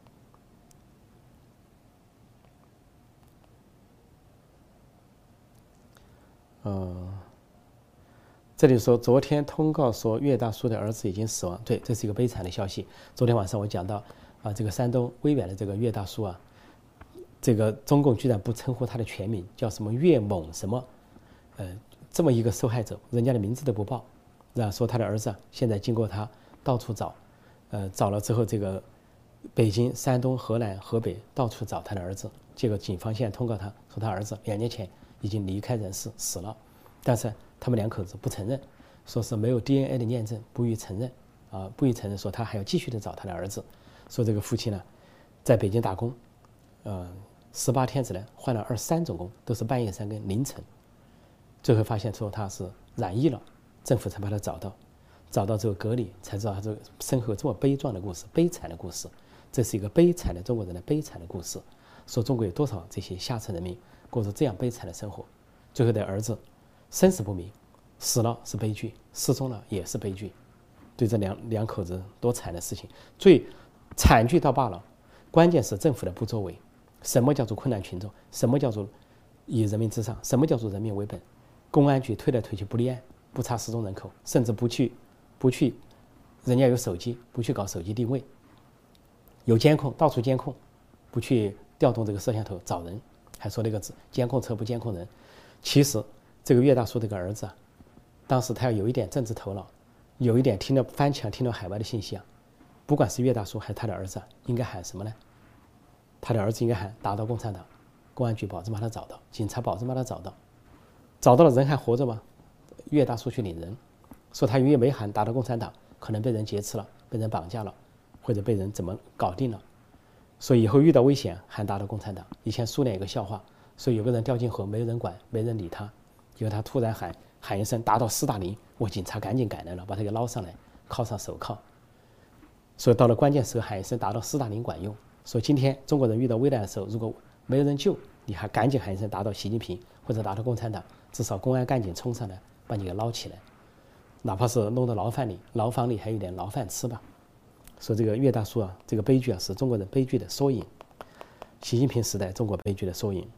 呃，这里说昨天通告说岳大叔的儿子已经死亡，对，这是一个悲惨的消息。昨天晚上我讲到啊，这个山东威远的这个岳大叔啊，这个中共居然不称呼他的全名，叫什么岳某什么，呃。这么一个受害者，人家的名字都不报，然后说他的儿子啊，现在经过他到处找，呃，找了之后，这个北京、山东、河南、河北到处找他的儿子，结果警方现在通告他说他儿子两年前已经离开人世死了，但是他们两口子不承认，说是没有 D N A 的验证，不予承认啊，不予承认，说他还要继续的找他的儿子，说这个父亲呢，在北京打工，呃，十八天之内换了二十三种工，都是半夜三更凌晨。最后发现说他是染疫了，政府才把他找到，找到之后隔离，才知道他这个身后这么悲壮的故事，悲惨的故事。这是一个悲惨的中国人的悲惨的故事。说中国有多少这些下层人民过着这样悲惨的生活，最后的儿子生死不明，死了是悲剧，失踪了也是悲剧。对这两两口子多惨的事情，最惨剧倒罢了，关键是政府的不作为。什么叫做困难群众？什么叫做以人民至上？什么叫做人民为本？公安局推来推去不立案，不查失踪人口，甚至不去，不去，人家有手机，不去搞手机定位，有监控，到处监控，不去调动这个摄像头找人，还说那个字监控车不监控人。其实这个岳大叔这个儿子啊，当时他要有一点政治头脑，有一点听到翻墙听到海外的信息啊，不管是岳大叔还是他的儿子啊，应该喊什么呢？他的儿子应该喊打倒共产党，公安局保证把他找到，警察保证把他找到。找到了人还活着吗？岳大叔去领人，说他永远没喊打倒共产党，可能被人劫持了，被人绑架了，或者被人怎么搞定了。所以以后遇到危险喊打倒共产党。以前苏联有个笑话，说有个人掉进河，没人管，没人理他，结果他突然喊喊一声打倒斯大林，我警察赶紧赶来了，把他给捞上来，铐上手铐。所以到了关键时候喊一声打倒斯大林管用。所以今天中国人遇到危难的时候，如果没有人救，你还赶紧喊一声打倒习近平或者打倒共产党，至少公安干警冲上来把你给捞起来，哪怕是弄到牢饭里，牢房里还有点牢饭吃吧。说这个岳大叔啊，这个悲剧啊是中国人悲剧的缩影，习近平时代中国悲剧的缩影。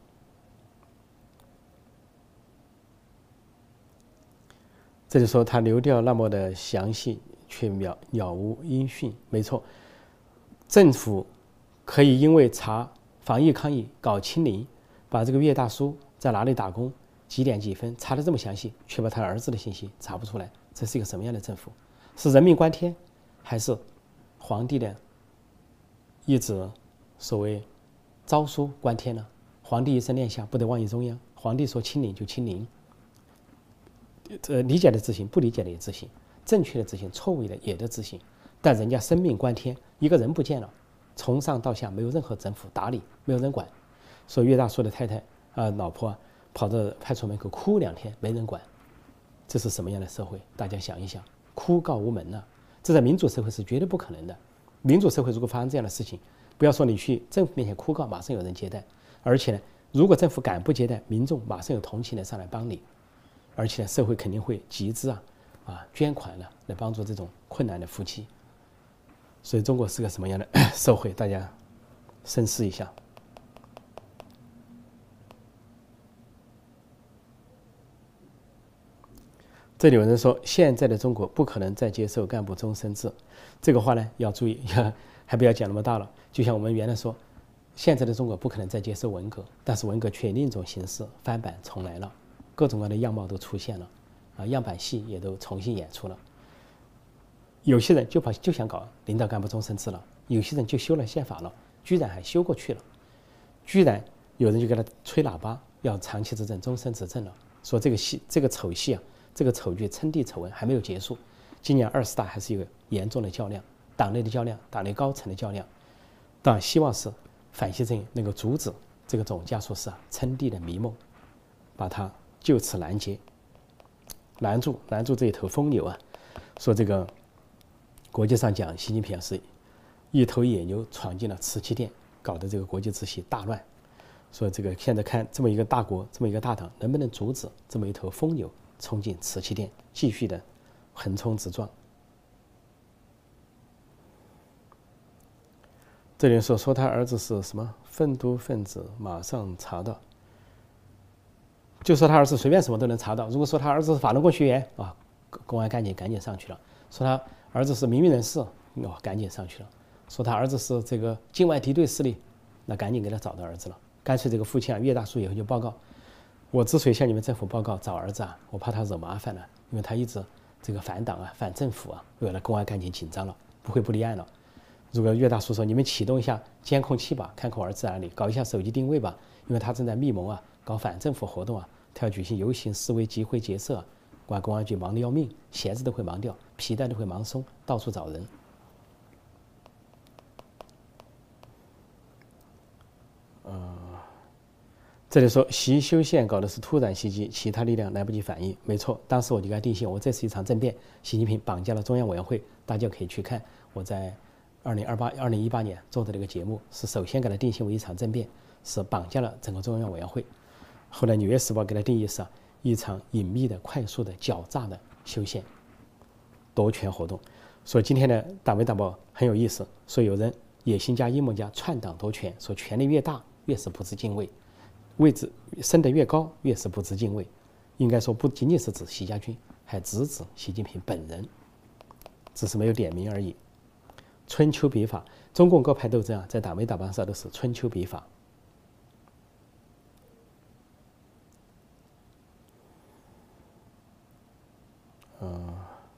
这就说他流调那么的详细，却渺杳无音讯。没错，政府可以因为查防疫抗疫搞清零，把这个岳大叔在哪里打工几点几分查得这么详细，却把他儿子的信息查不出来，这是一个什么样的政府？是人命关天，还是皇帝的一纸所谓诏书关天呢？皇帝一声令下，不得妄议中央，皇帝说清零就清零。呃，理解的执行，不理解的也执行，正确的执行，错误的也得执行。但人家生命关天，一个人不见了，从上到下没有任何政府打理，没有人管。所以岳大叔的太太啊、呃，老婆啊，跑到派出所门口哭两天，没人管。这是什么样的社会？大家想一想，哭告无门呐、啊。 这在民主社会是绝对不可能的。民主社会如果发生这样的事情，不要说你去政府面前哭告，马上有人接待，而且呢，如果政府敢不接待，民众马上有同情的上来帮你，而且呢，社会肯定会集资啊啊捐款了，来帮助这种困难的夫妻。所以中国是个什么样的社会？大家深思一下。这里有人说，现在的中国不可能再接受干部终身制，这个话呢要注意，还不要讲那么大了。就像我们原来说，现在的中国不可能再接受文革，但是文革却以另一种形式翻版重来了，各种各样的样貌都出现了，啊，样板戏也都重新演出了。有些人就把就想搞领导干部终身制了，有些人就修了宪法了，居然还修过去了，居然有人就给他吹喇叭，要长期执政、终身执政了，说这个戏、这个丑戏啊。这个丑剧称帝丑闻还没有结束，今年二十大还是一个严重的较量，党内的较量，党内高层的较量。当然，希望是反西阵营能够阻止这个总加速师啊称帝的迷梦，把他就此拦截，拦住拦住这一头疯牛啊！说这个国际上讲，习近平是一头野牛闯进了瓷器店，搞得这个国际秩序大乱。说这个现在看这么一个大国，这么一个大党，能不能阻止这么一头疯牛冲进瓷器店，继续的横冲直撞？这里说说他儿子是什么贩毒分子，马上查到，就说他儿子随便什么都能查到。如果说他儿子是法轮功学员啊，公安赶紧赶紧上去了；说他儿子是民运人士，哦，赶紧上去了；说他儿子是这个境外敌对势力，那赶紧给他找到儿子了。干脆这个父亲啊，岳大叔以后就报告。我之所以向你们政府报告找儿子啊，我怕他惹麻烦了，因为他一直这个反党啊、反政府啊，为了公安赶紧紧张了，不会不立案了。如果岳大叔说你们启动一下监控器吧，看看我儿子在哪里，搞一下手机定位吧，因为他正在密谋啊，搞反政府活动啊，他要举行游行、示威、集会、结社啊，管公安局忙得要命，鞋子都会忙掉，皮带都会忙松，到处找人。呃。这里说习修宪搞的是突然袭击，其他力量来不及反应。没错，当时我就给他定性，我这是一场政变，习近平绑架了中央委员会。大家可以去看我在二零二八、二零一八年做的这个节目，是首先给他定性为一场政变，是绑架了整个中央委员会。后来《纽约时报》给他定义是、啊、一场隐秘的、快速的、狡诈的修宪夺权活动。所以今天的党媒党报很有意思，说有人野心家、阴谋家篡党夺权，说权力越大越是不知敬畏。位置升得越高，越是不知敬畏。应该说，不仅仅是指习家军，还直指习近平本人，只是没有点名而已。春秋笔法，中共各派斗争啊，在党媒党报上都是春秋笔法。嗯，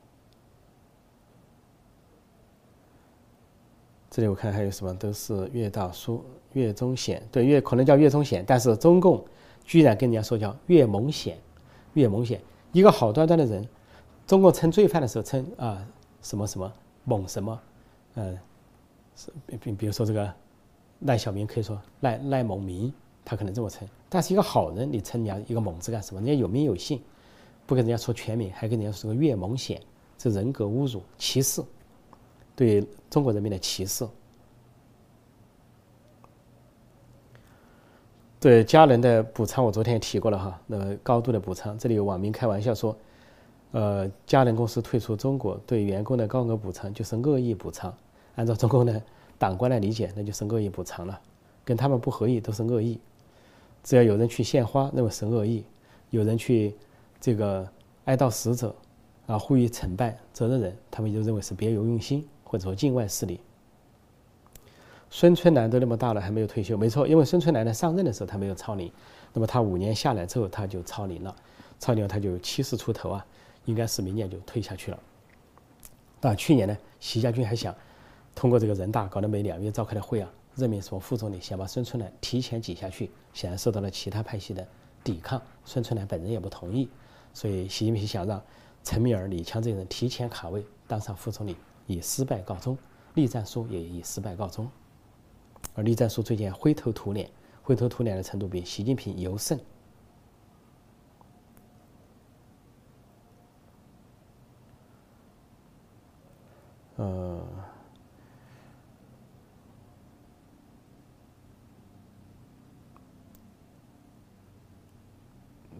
这里我看还有什么，都是岳大叔、岳宗显，对，岳可能叫岳宗显，但是中共居然跟人家说叫岳蒙显，岳蒙显，一个好端端的人，中共称罪犯的时候称啊、呃、什么什么蒙什么，呃，比比如说这个赖小民可以说赖赖蒙民，他可能这么称，但是一个好人，你称人家一个蒙字干什么？人家有名有姓，不跟人家说全名，还跟人家说个岳蒙显，这人格侮辱、歧视。对中国人民的歧视，对家人的补偿，我昨天也提过了哈。那么高度的补偿，这里有网民开玩笑说，呃，家人公司退出中国对员工的高额补偿就是恶意补偿。按照中共的党官来理解，那就是恶意补偿了，跟他们不合意都是恶意。只要有人去献花，认为是恶意；有人去这个哀悼死者啊，呼吁惩办责任人，他们就认为是别有用心。或者说境外势力。孙春兰都那么大了还没有退休，没错，因为孙春兰呢上任的时候他没有超龄，那么他五年下来之后他就超龄了，超龄了他就七十出头啊，应该是明年就退下去了。但去年呢，习家军还想通过这个人大搞得每两月召开的会啊，任命什么副总理，想把孙春兰提前挤下去，显然受到了其他派系的抵抗，孙春兰本人也不同意，所以习近平想让陈敏尔、李强这些人提前卡位当上副总理。以失败告终，栗战书也以失败告终，而栗战书最近灰头土脸，灰头土脸的程度比习近平尤甚。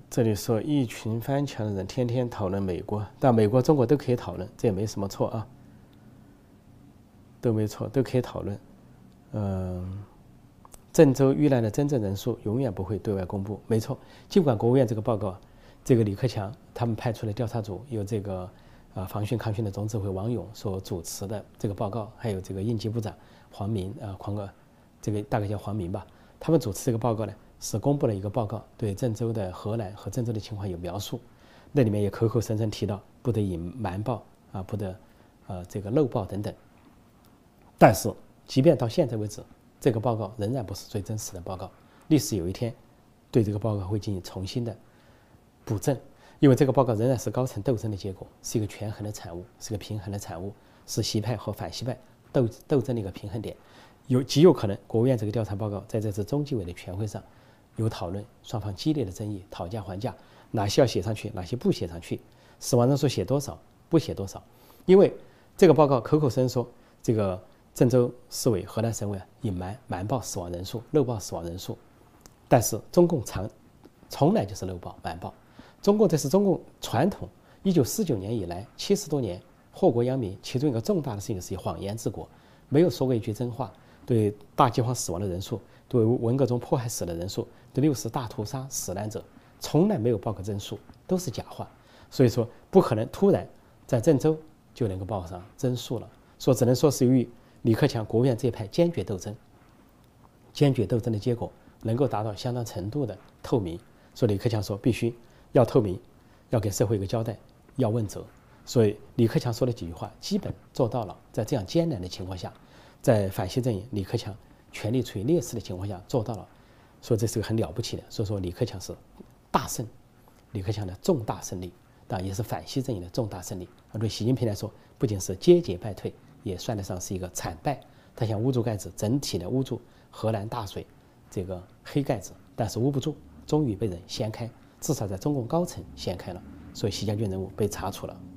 这里说一群翻墙的人天天讨论美国，但美国、中国都可以讨论，这也没什么错啊，都没错，都可以讨论。嗯，郑州遇难的真正人数永远不会对外公布，没错。尽管国务院这个报告，这个李克强他们派出的调查组由这个啊防汛抗汛的总指挥王勇所主持的这个报告，还有这个应急部长黄明啊黄哥，这个大概叫黄明吧，他们主持这个报告呢，是公布了一个报告，对郑州的河南和郑州的情况有描述，那里面也口口声声提到不得隐瞒报啊，不得呃这个漏报等等。但是即便到现在为止，这个报告仍然不是最真实的报告。历史有一天对这个报告会进行重新的补正，因为这个报告仍然是高层斗争的结果，是一个权衡的产物，是个平衡的产物，是习派和反习派斗斗争的一个平衡点。有极有可能，国务院这个调查报告在这次中纪委的全会上有讨论，双方激烈的争议，讨价还价，哪些要写上去，哪些不写上去，死亡人数写多少，不写多少。因为这个报告口口声声说这个郑州市委、河南省委隐瞒瞒报死亡人数、漏报死亡人数，但是中共常从来就是漏报瞒报。中共这是中共传统，一九四九年以来七十多年祸国殃民，其中一个重大的事情是以谎言治国，没有说过一句真话。对大饥荒死亡的人数，对文革中迫害死的人数，对六四大屠杀死难者，从来没有报个真数，都是假话。所以说不可能突然在郑州就能够报上真数了，说只能说是由于李克强国务院这一派坚决斗争，坚决斗争的结果能够达到相当程度的透明。所以李克强说必须要透明，要给社会一个交代，要问责。所以李克强说的几句话基本做到了，在这样艰难的情况下，在反西阵营李克强权力处于劣势的情况下做到了，所以这是个很了不起的。所以说李克强是大胜，李克强的重大胜利，当然也是反西阵营的重大胜利。而对习近平来说，不仅是节节败退，也算得上是一个惨败。他想捂住盖子，整体的捂住河南大水这个黑盖子，但是捂不住，终于被人掀开，至少在中共高层掀开了，所以习家军人物被查处了。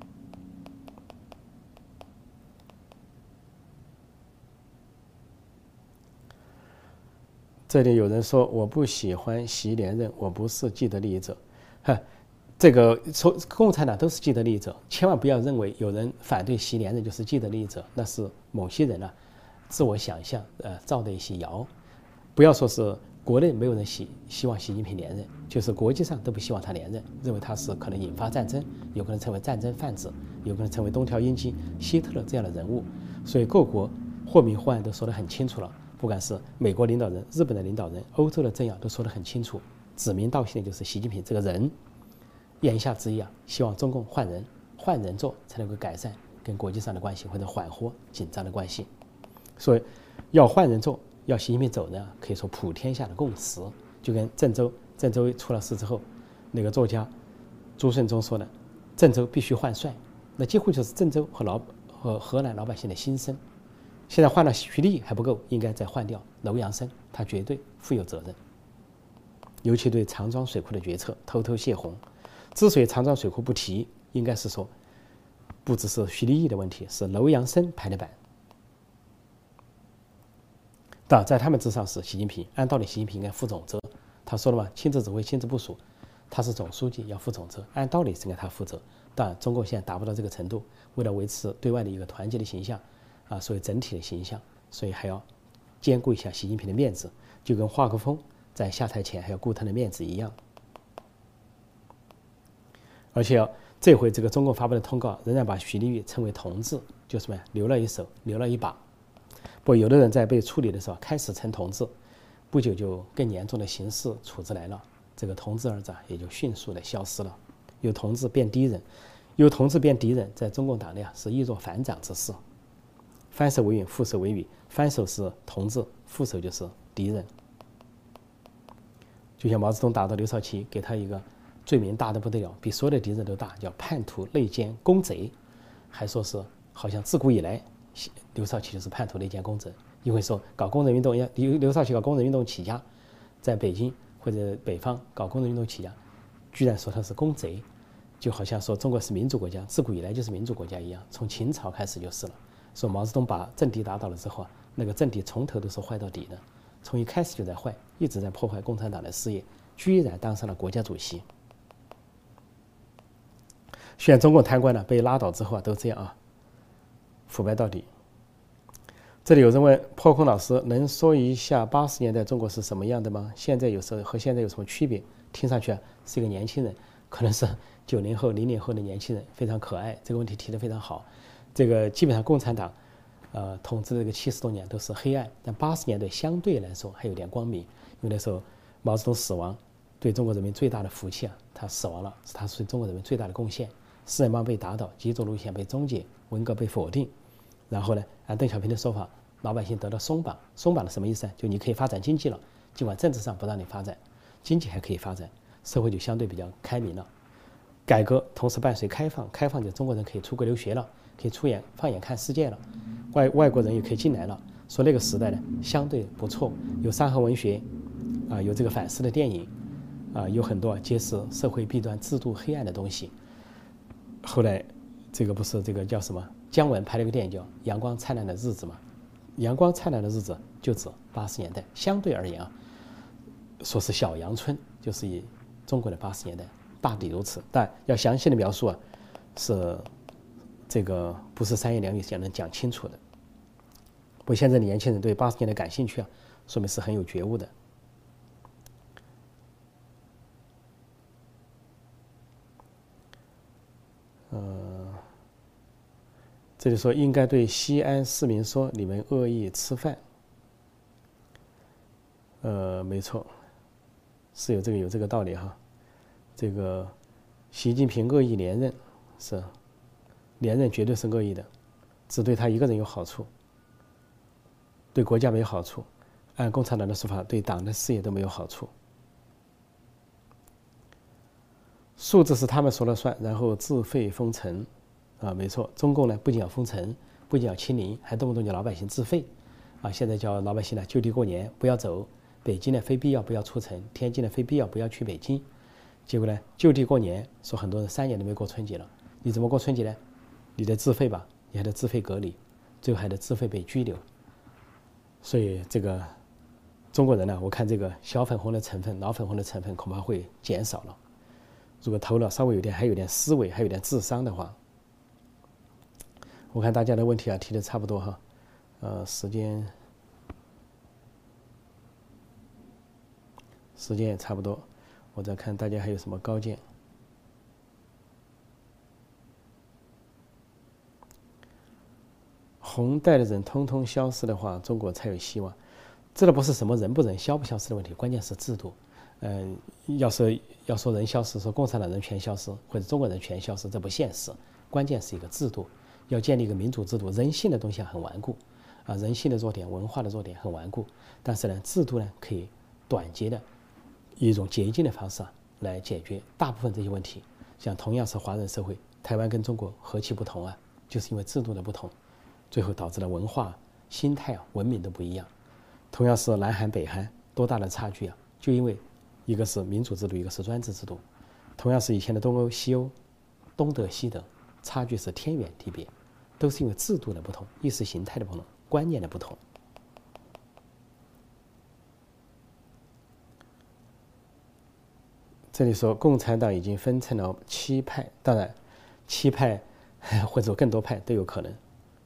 这里有人说我不喜欢习连任，我不是既得利益者。哈，这个说共产党都是既得利益者，千万不要认为有人反对习连任就是既得利益者，那是某些人啊自我想象呃造的一些谣。不要说是国内没有人希希望习近平连任，就是国际上都不希望他连任，认为他是可能引发战争，有可能成为战争贩子，有可能成为东条英机、希特勒这样的人物。所以各国或明或暗都说得很清楚了。不管是美国领导人、日本的领导人、欧洲的政要都说得很清楚，指名道姓的就是习近平这个人。言下之意啊，希望中共换人，换人做才能够改善跟国际上的关系或者缓和紧张的关系。所以要换人做，要习近平走呢，可以说普天下的共识。就跟郑州郑州出了事之后，那个作家朱顺忠说的，郑州必须换帅，那几乎就是郑州和老和河南老百姓的心声。现在换了徐立还不够，应该再换掉楼阳生，他绝对负有责任。尤其对长庄水库的决策偷偷泄洪，之所以长庄水库不提，应该是说不只是徐立毅的问题，是楼阳生拍的板。当然在他们之上是习近平，按道理习近平应该负总责。他说了嘛，亲自指挥亲自部署，他是总书记要负总责，按道理是应该他负责。当然中国现在达不到这个程度，为了维持对外的一个团结的形象啊，所以整体的形象，所以还要兼顾一下习近平的面子，就跟华国锋在下台前还要顾他的面子一样。而且这回这个中共发布的通告仍然把徐立毅称为同志，就什么呀，留了一手，留了一把。不过有的人在被处理的时候开始称同志，不久就更严重的刑事处置来了，这个同志二字也就迅速的消失了。由同志变敌人，由同志变敌人，在中共党内啊是易若反掌之势。翻手为云，覆手为雨。翻手是同志，覆手就是敌人。就像毛泽东打到刘少奇，给他一个罪名大得不得了，比所有的敌人都大，叫叛徒、内奸、公贼，还说是好像自古以来刘少奇就是叛徒、内奸、公贼。因为说搞工人运动，刘刘少奇搞工人运动起家，在北京或者北方搞工人运动起家，居然说他是公贼，就好像说中国是民主国家，自古以来就是民主国家一样，从秦朝开始就是了。说毛泽东把政敌打倒了之后啊，那个政敌从头都是坏到底的，从一开始就在坏，一直在破坏共产党的事业， 居然当上了国家主席。选中共贪官呢被拉倒之后啊，都这样啊，腐败到底。这里有人问破空老师，能说一下八十年代中国是什么样的吗？现在有时候和现在有什么区别？听上去啊是一个年轻人，可能是九零后、零零后的年轻人，非常可爱。这个问题提得非常好。这个基本上共产党，呃，统治的这个七十多年都是黑暗，但八十年代相对来说还有点光明。因为那时候毛泽东死亡，对中国人民最大的福气啊，他死亡了，是他对中国人民最大的贡献。四人帮被打倒，极左路线被终结，文革被否定。然后呢，按邓小平的说法，老百姓得到松绑。松绑的什么意思呢？就你可以发展经济了，尽管政治上不让你发展，经济还可以发展，社会就相对比较开明了。改革同时伴随开放，开放就中国人可以出国留学了，可以出眼放眼看世界了，外外国人也可以进来了。说那个时代呢，相对不错，有山河文学，啊、呃，有这个反思的电影，啊、呃，有很多揭示社会弊端、制度黑暗的东西。后来，这个不是这个叫什么？姜文拍了一个电影叫《阳光灿烂的日子》嘛，阳光灿烂的日子就指八十年代，相对而言啊，说是小阳春，就是以中国的八十年代大抵如此。但要详细的描述啊，是这个不是三言两语就能讲清楚的。不过现在的年轻人对八十年代感兴趣啊，说明是很有觉悟的。呃，这里说应该对西安市民说，你们恶意吃饭。呃，没错，是有这个有这个道理哈。这个习近平恶意连任，是连任绝对是恶意的，只对他一个人有好处，对国家没好处。按共产党的说法，对党的事业都没有好处。数字是他们说了算，然后自费封城，啊，没错，中共呢不仅要封城，不仅要清零，还动不动叫老百姓自费，啊，现在叫老百姓呢就地过年，不要走，北京呢非必要不要出城，天津呢非必要不要去北京，结果呢就地过年，说很多人三年都没过春节了，你怎么过春节呢？你得自费吧，你还得自费隔离，最后还得自费被拘留，所以这个中国人呢，我看这个小粉红的成分、老粉红的成分恐怕会减少了。如果头脑稍微有点还有点思维还有点智商的话，我看大家的问题啊提的差不多哈，呃，时间时间也差不多，我再看大家还有什么高见。红带的人通通消失的话，中国才有希望。这都不是什么人不人、消不消失的问题，关键是制度。嗯、呃，要是要说人消失，说共产党人全消失，或者中国人全消失，这不现实。关键是一个制度，要建立一个民主制度。人性的东西很顽固，啊，人性的弱点、文化的弱点很顽固。但是呢，制度呢可以短捷的以一种捷径的方式啊来解决大部分这些问题。像同样是华人社会，台湾跟中国何其不同啊，就是因为制度的不同，最后导致了文化、心态啊、文明都不一样。同样是南韩、北韩，多大的差距啊！就因为一个是民主制度，一个是专制制度。同样是以前的东欧、西欧，东德、西德，差距是天远地别，都是因为制度的不同、意识形态的不同、观念的不同。这里说共产党已经分成了七派，当然，七派或者更多派都有可能。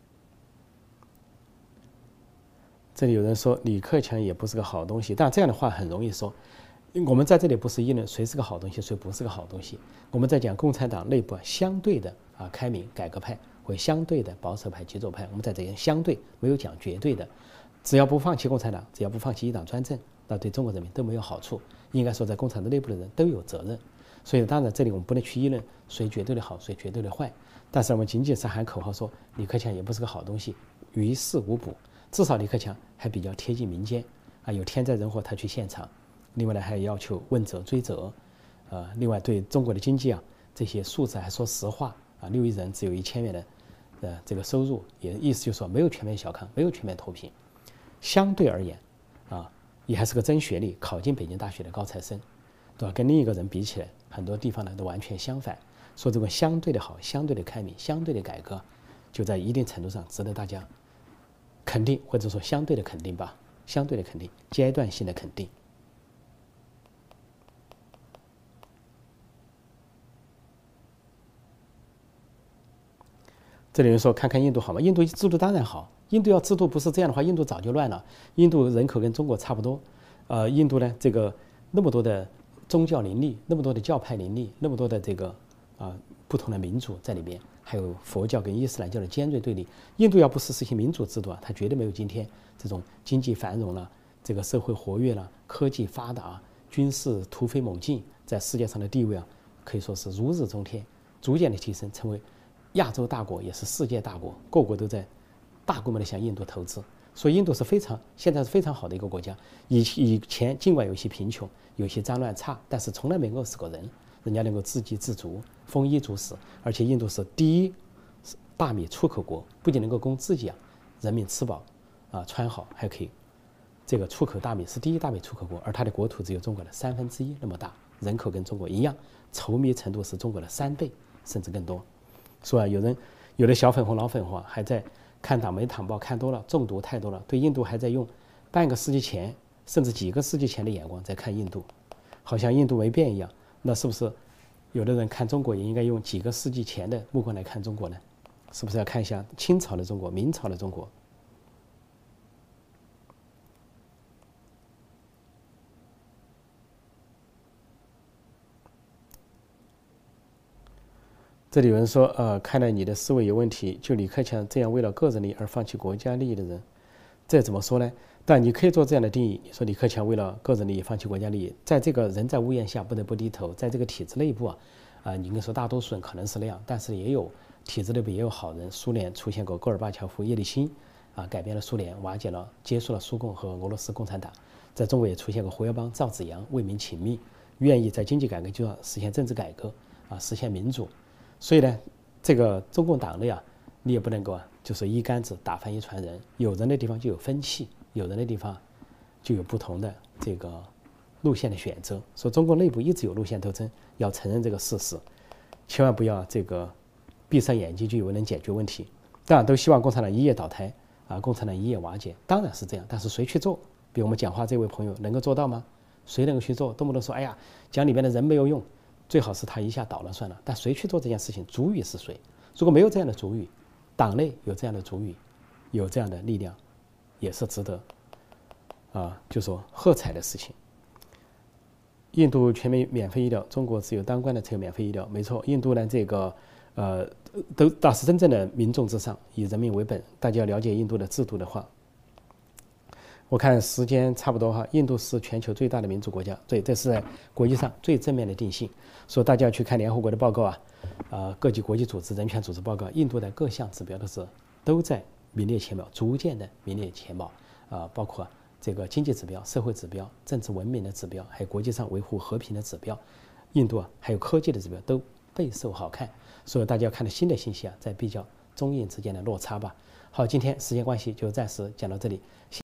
这里有人说李克强也不是个好东西，但这样的话很容易说。我们在这里不是议论谁是个好东西，谁不是个好东西。我们在讲共产党内部相对的啊开明改革派或相对的保守派、极左派，我们在这里相对，没有讲绝对的。只要不放弃共产党，只要不放弃一党专政，那对中国人民都没有好处。应该说，在共产党内部的人都有责任。所以，当然这里我们不能去议论谁绝对的好，谁绝对的坏。但是我们仅仅是喊口号说李克强也不是个好东西，于事无补。至少李克强还比较贴近民间啊，有天灾人祸他去现场。另外呢，还要求问责追责，呃，另外对中国的经济啊这些数字还说实话啊，六亿人只有一千元的呃这个收入，也意思就是说没有全面小康，没有全面脱贫，相对而言啊，也还是个真学历，考进北京大学的高材生，对吧？跟另一个人比起来，很多地方呢都完全相反。说这个相对的好，相对的开明，相对的改革，就在一定程度上值得大家肯定，或者说相对的肯定吧，相对的肯定，阶段性的肯定。 这里人说看看印度好吗？印度制度当然好，印度要制度不是这样的话，印度早就乱了。印度人口跟中国差不多，呃，印度呢这个那么多的宗教林立，那么多的教派林立，那么多的这个啊、呃、不同的民族在里边，还有佛教跟伊斯兰教的尖锐对立。印度要不是实行民主制度啊，它绝对没有今天这种经济繁荣了，这个社会活跃了，科技发达，军事突飞猛进，在世界上的地位啊可以说是如日中天，逐渐的提升，成为亚洲大国，也是世界大国，各国都在大规模的向印度投资。所以印度是非常现在是非常好的一个国家。以以前尽管有些贫穷，有些脏乱差，但是从来没饿死过人，人家能够自给自足，丰衣足食。而且印度是第一大米出口国，不仅能够供自己啊人民吃饱啊穿好，还可以这个出口大米，是第一大米出口国。而它的国土只有中国的三分之一那么大，人口跟中国一样，稠密程度是中国的三倍甚至更多。所以啊，有人有的小粉红老粉红啊还在看党媒党报看多了，中毒太多了，对印度还在用半个世纪前甚至几个世纪前的眼光在看印度，好像印度没变一样。那是不是有的人看中国也应该用几个世纪前的目光来看中国呢？是不是要看一下清朝的中国、明朝的中国？这里有人说，呃，看来你的思维有问题，就李克强这样为了个人利益而放弃国家利益的人，这怎么说呢？但你可以做这样的定义，你说李克强为了个人利益放弃国家利益，在这个人在屋檐下不得不低头，在这个体制内部啊，啊、呃，你应该说大多数人可能是那样，但是也有体制内部也有好人。苏联出现过戈尔巴乔夫、叶利钦，啊，改变了苏联，瓦解了、结束了苏共和俄罗斯共产党。在中国也出现过胡耀邦、赵紫阳，为民请命，愿意在经济改革就要实现政治改革，啊，实现民主。所以呢，这个中共党内啊，你也不能够啊，就是一竿子打翻一船人。有人的地方就有分歧，有人的地方就有不同的这个路线的选择。说中国内部一直有路线斗争，要承认这个事实，千万不要这个闭上眼睛就以为能解决问题。当然都希望共产党一夜倒台啊，共产党一夜瓦解，当然是这样。但是谁去做？比如我们讲话这位朋友能够做到吗？谁能够去做？动不动说哎呀，讲里面的人没有用。最好是他一下倒了算了，但谁去做这件事情，主语是谁？如果没有这样的主语，党内有这样的主语，有这样的力量，也是值得啊，就说喝彩的事情。印度全民免费医疗，中国只有当官的才有免费医疗，没错。印度呢，这个呃，都倒是真正的民众至上，以人民为本。大家要了解印度的制度的话。我看时间差不多哈，印度是全球最大的民主国家，对，这是在国际上最正面的定性。说大家要去看联合国的报告啊，呃，各级国际组织、人权组织报告，印度的各项指标都是都在名列前茅，逐渐的名列前茅啊、呃，包括这个经济指标、社会指标、政治文明的指标，还有国际上维护和平的指标，印度啊，还有科技的指标都备受好看。所以大家要看到新的信息啊，在比较中印之间的落差吧。好，今天时间关系就暂时讲到这里。